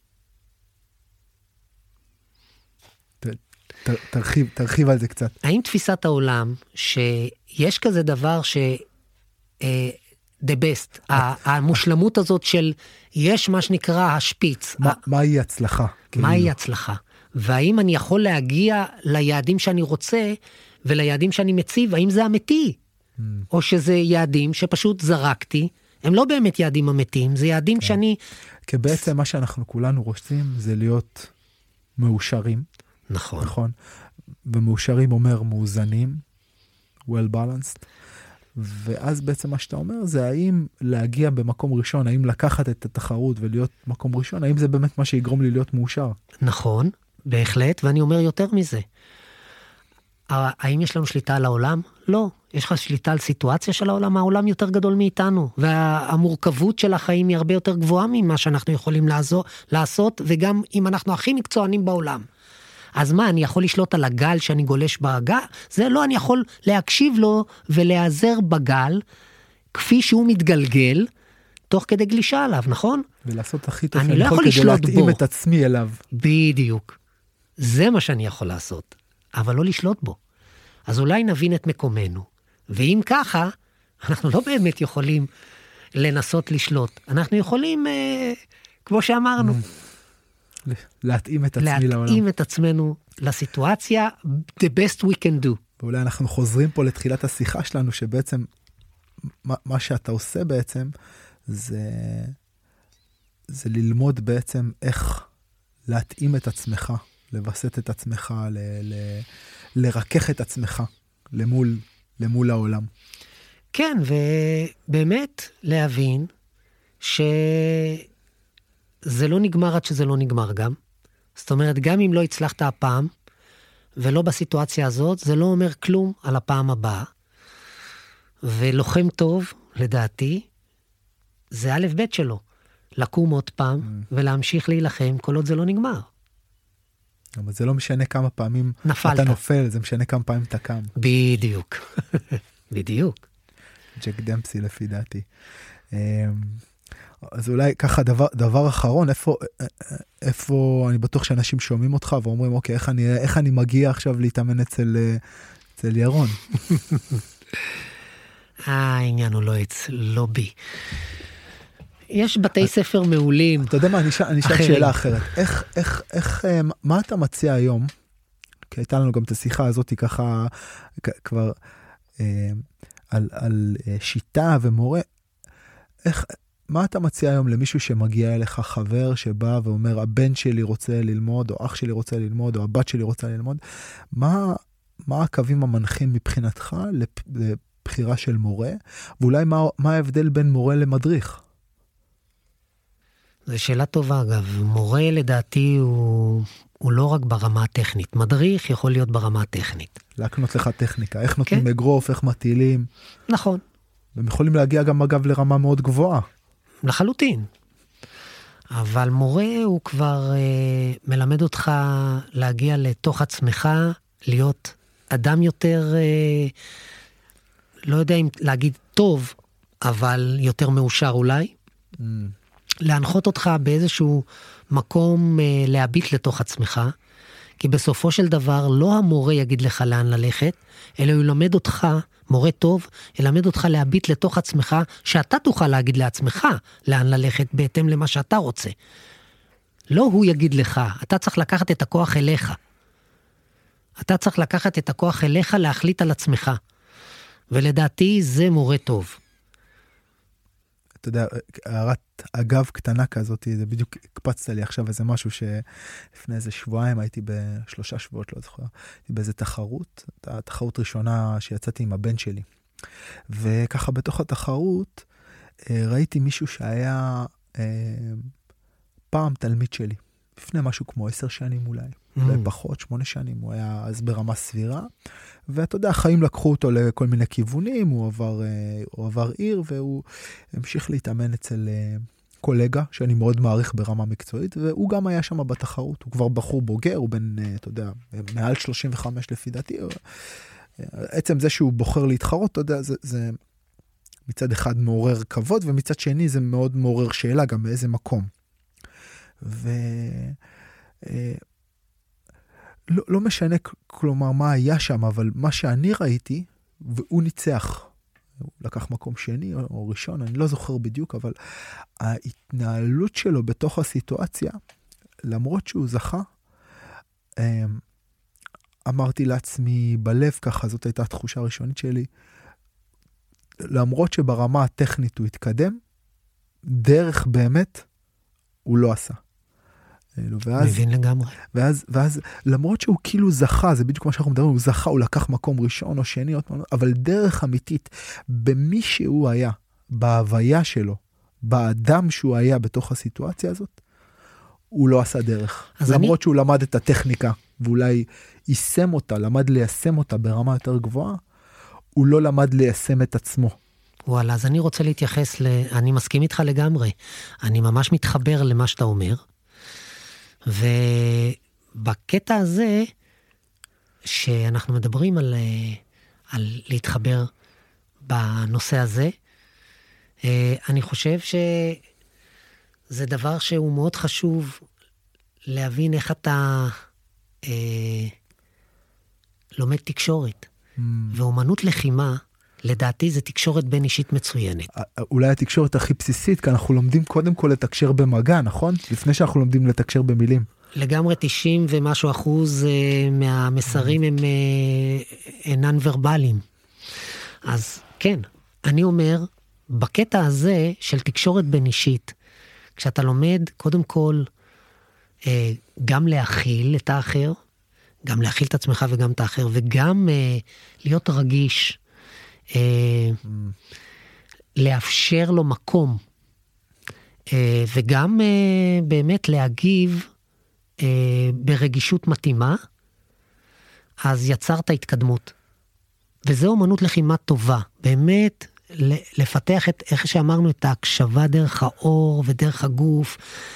ת, ת, תרחיב, תרחיב על זה קצת. האם תפיסת העולם, שיש כזה דבר ש... the best, המושלמות הזאת של יש מה שנקרא השפיץ. מהי הצלחה? מהי הצלחה? והאם אני יכול להגיע ליעדים שאני רוצה, וליעדים שאני מציב, האם זה אמיתי? או שזה יעדים שפשוט זרקתי, הם לא באמת יעדים אמיתיים, זה יעדים שאני... כי בעצם מה שאנחנו כולנו רוצים זה להיות מאושרים. נכון. נכון. ומאושרים אומר מאוזנים, well balanced, ואז בעצם מה שאתה אומר זה האם להגיע במקום ראשון, האם לקחת את התחרות ולהיות מקום ראשון, האם זה באמת מה שיגרום לי להיות מאושר? נכון, בהחלט, ואני אומר יותר מזה. האם יש לנו שליטה על העולם? לא. יש לך שליטה על סיטואציה של העולם, העולם יותר גדול מאיתנו, והמורכבות של החיים היא הרבה יותר גבוהה ממה שאנחנו יכולים לעזור, לעשות, וגם אם אנחנו הכי מקצוענים בעולם. אז מה, אני יכול לשלוט על הגל שאני גולש בגל? זה לא, אני יכול להקשיב לו ולהיעזר בגל, כפי שהוא מתגלגל, תוך כדי גלישה עליו, נכון? ולעשות הכי טוב שאני לא יכול לשלוט בו. כדי להתאים את עצמי אליו. בדיוק. זה מה שאני יכול לעשות, אבל לא לשלוט בו. אז אולי נבין את מקומנו, ואם ככה, אנחנו לא באמת יכולים לנסות לשלוט. אנחנו יכולים, אה, כמו שאמרנו, להתאים את עצמי לעולם. להתאים את עצמנו לסיטואציה, the best we can do. ואולי אנחנו חוזרים פה לתחילת השיחה שלנו, שבעצם מה, מה שאתה עושה בעצם, זה, זה ללמוד בעצם איך להתאים את עצמך, לבסט את עצמך, ל, ל, לרכך את עצמך למול, למול העולם. כן, ובאמת להבין שזה לא נגמר עד שזה לא נגמר גם. זאת אומרת, גם אם לא הצלחת הפעם, ולא בסיטואציה הזאת, זה לא אומר כלום על הפעם הבאה. ולוחם טוב, לדעתי, זה א' ב' שלו. לקום עוד פעם, mm. ולהמשיך להילחם, כל עוד זה לא נגמר. אבל זה לא משנה כמה פעמים נפלת. אתה נופל, זה משנה כמה פעמים אתה קם. בדיוק. בדיוק. ג'ק דמפסי לפי דעתי. אז אולי ככה דבר, דבר אחרון, איפה, איפה אני בטוח שאנשים שומעים אותך ואומרים, אוקיי, איך אני, איך אני מגיע עכשיו להתאמן אצל, אצל ירון? העניין הוא לא אצל, לא בי. יש בתי ספר מעולים. אתה יודע מה, אני אשאל שאלה אחרת. איך, איך, איך, מה אתה מציע היום? כי הייתה לנו גם את השיחה הזאת ככה, כבר, על, על שיטה ומורה. איך, מה אתה מציע היום למישהו שמגיע אליך, חבר שבא ואומר, הבן שלי רוצה ללמוד, או אח שלי רוצה ללמוד, או הבת שלי רוצה ללמוד? מה, מה הקווים המנחים מבחינתך לבחירה של מורה? ואולי מה, מה ההבדל בין מורה למדריך? זו שאלה טובה, אגב. מורה, לדעתי, הוא, הוא לא רק ברמה הטכנית. מדריך יכול להיות ברמה הטכנית. להקנות לך טכניקה. איך נותנים אגרוף, איך מטילים. נכון. והם יכולים להגיע גם, אגב, לרמה מאוד גבוהה. לחלוטין. אבל מורה הוא כבר אה, מלמד אותך להגיע לתוך עצמך, להיות אדם יותר, אה, לא יודע אם להגיד טוב, אבל יותר מאושר אולי. Mm. להנחות אותך באיזשהו מקום אה, להביט לתוך עצמך, כי בסופו של דבר לא המורה יגיד לך לאן ללכת, אלא הוא ילמד אותך, מורה טוב, ילמד אותך להביט לתוך עצמך, שאתה תוכל להגיד לעצמך לאן ללכת בהתאם למה שאתה רוצה. לא הוא יגיד לך, אתה צריך לקחת את הכוח אליך. אתה צריך לקחת את הכוח אליך להחליט על עצמך. ולדעתי זה מורה טוב. אתה יודע, הערת אגב קטנה כזאת, זה בדיוק הקפצת לי עכשיו איזה משהו שלפני איזה שבועיים הייתי בשלושה שבועות, לא זוכר, הייתי באיזה תחרות, התחרות ראשונה שיצאתי עם הבן שלי. וככה בתוך התחרות ראיתי מישהו שהיה פעם תלמיד שלי, לפני משהו כמו עשר שנים אולי, mm. אולי פחות, שמונה שנים, הוא היה אז ברמה סבירה, ואתה יודע, החיים לקחו אותו לכל מיני כיוונים, הוא עבר, הוא עבר עיר, והוא המשיך להתאמן אצל קולגה, שאני מאוד מעריך ברמה מקצועית, והוא גם היה שם בתחרות, הוא כבר בחור בוגר, הוא בן, אתה יודע, מעל שלושים וחמש לפי דעתי, עצם זה שהוא בוחר להתחרות, אתה יודע, זה, זה מצד אחד מעורר כבוד, ומצד שני זה מאוד מעורר שאלה, גם באיזה מקום. ו... לא, לא משנה כלומר מה היה שם, אבל מה שאני ראיתי, והוא ניצח, הוא לקח מקום שני או, או ראשון, אני לא זוכר בדיוק, אבל ההתנהלות שלו בתוך הסיטואציה, למרות שהוא זכה, אמרתי לעצמי בלב ככה, זאת הייתה התחושה הראשונית שלי, למרות שברמה הטכנית הוא התקדם, דרך באמת הוא לא עשה. ואז, מבין לגמרי. ואז, ואז, למרות שהוא כאילו זכה, זה בדיוק מה שאנחנו מדברים, הוא זכה, הוא לקח מקום ראשון או שני, אבל דרך אמיתית, במי שהוא היה, בהוויה שלו, באדם שהוא היה בתוך הסיטואציה הזאת, הוא לא עשה דרך. למרות אני... שהוא למד את הטכניקה, ואולי יישם אותה, למד ליישם אותה ברמה יותר גבוהה, הוא לא למד ליישם את עצמו. וואלה, אז אני רוצה להתייחס, ל... אני מסכים איתך לגמרי. אני ממש מתחבר למה שאתה אומר. ובקטע הזה, שאנחנו מדברים על, על להתחבר בנושא הזה, אני חושב שזה דבר שהוא מאוד חשוב להבין איך אתה אה, לומד תקשורת. Mm. ואומנות לחימה, לדעתי זה תקשורת בין אישית מצוינת. אולי התקשורת הכי בסיסית, כי אנחנו לומדים קודם כל לתקשר במגע, נכון? לפני שאנחנו לומדים לתקשר במילים. לגמרי תשעים ומשהו אחוז אה, מהמסרים הם אה, אינן ורבליים. אז כן, אני אומר, בקטע הזה של תקשורת בין אישית, כשאתה לומד קודם כל אה, גם להכיל את האחר, גם להכיל את עצמך וגם את האחר, וגם אה, להיות רגיש, אה, mm. לאפשר לו מקום, אה, וגם אה, באמת להגיב אה, ברגישות מתאימה, אז יצרת התקדמות. וזו אומנות לחימה טובה, באמת לפתח את, איך שאמרנו, את ההקשבה דרך האור ודרך הגוף,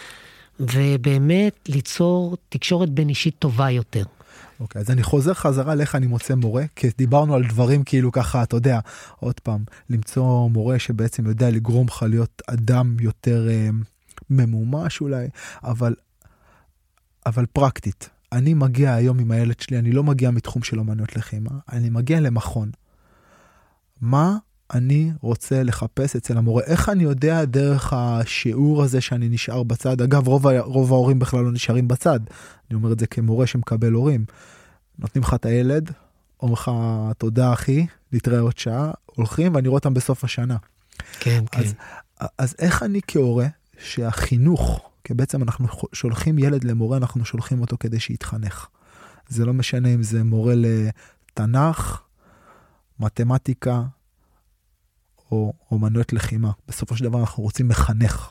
ובאמת ליצור תקשורת בין אישית טובה יותר. אוקיי, אז אני חוזר חזרה לאיך אני מוצא מורה, כי דיברנו על דברים כאילו ככה, אתה יודע, עוד פעם, למצוא מורה שבעצם יודע לגרום לך להיות אדם יותר אה, ממומש אולי, אבל, אבל פרקטית. אני מגיע היום עם הילד שלי, אני לא מגיע מתחום של אומנויות לחימה, אני מגיע למכון. מה אני רוצה לחפש אצל המורה? איך אני יודע דרך השיעור הזה שאני נשאר בצד? אגב, רוב, רוב ההורים בכלל לא נשארים בצד. אני אומר את זה כמורה שמקבל הורים. נותנים לך את הילד, אומר לך, תודה אחי, נתראה עוד שעה, הולכים ואני רואה אותם בסוף השנה. כן, אז, כן. אז איך אני כהורה, שהחינוך, כי בעצם אנחנו שולחים ילד למורה, אנחנו שולחים אותו כדי שיתחנך. זה לא משנה אם זה מורה לתנ"ך, מתמטיקה, או אומנויות לחימה. בסופו של דבר אנחנו רוצים מחנך.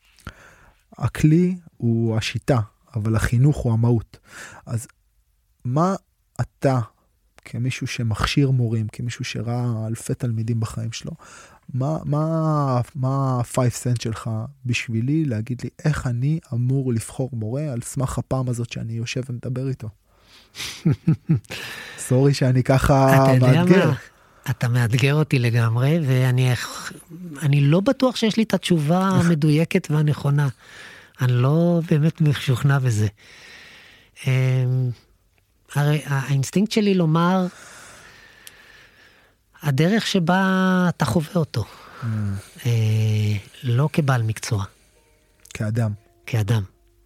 הכלי הוא השיטה, אבל החינוך הוא המהות. אז מה אתה, כמישהו שמכשיר מורים, כמישהו שראה אלפי תלמידים בחיים שלו, מה, מה, מה ה-five cent שלך בשבילי להגיד לי איך אני אמור לבחור מורה על סמך הפעם הזאת שאני יושב ומדבר איתו? סורי שאני ככה מאתגר. אתה מאתגר אותי לגמרי, ואני אני לא בטוח שיש לי את התשובה המדויקת והנכונה. אני לא באמת משוכנע בזה. הרי האינסטינקט שלי לומר, הדרך שבה אתה חווה אותו, לא כבעל מקצוע. כאדם. כאדם.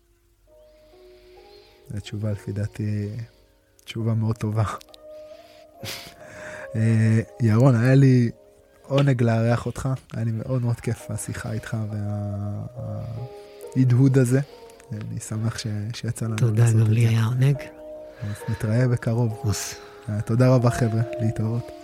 זו תשובה, לפי דעתי, תשובה מאוד טובה. ירון, היה לי עונג לארח אותך, היה לי מאוד מאוד כיף השיחה איתך וההדהוד הזה. אני שמח שיצא לנו. תודה, גם לי היה עונג. אז נתראה בקרוב. תודה רבה חבר'ה, להתראות.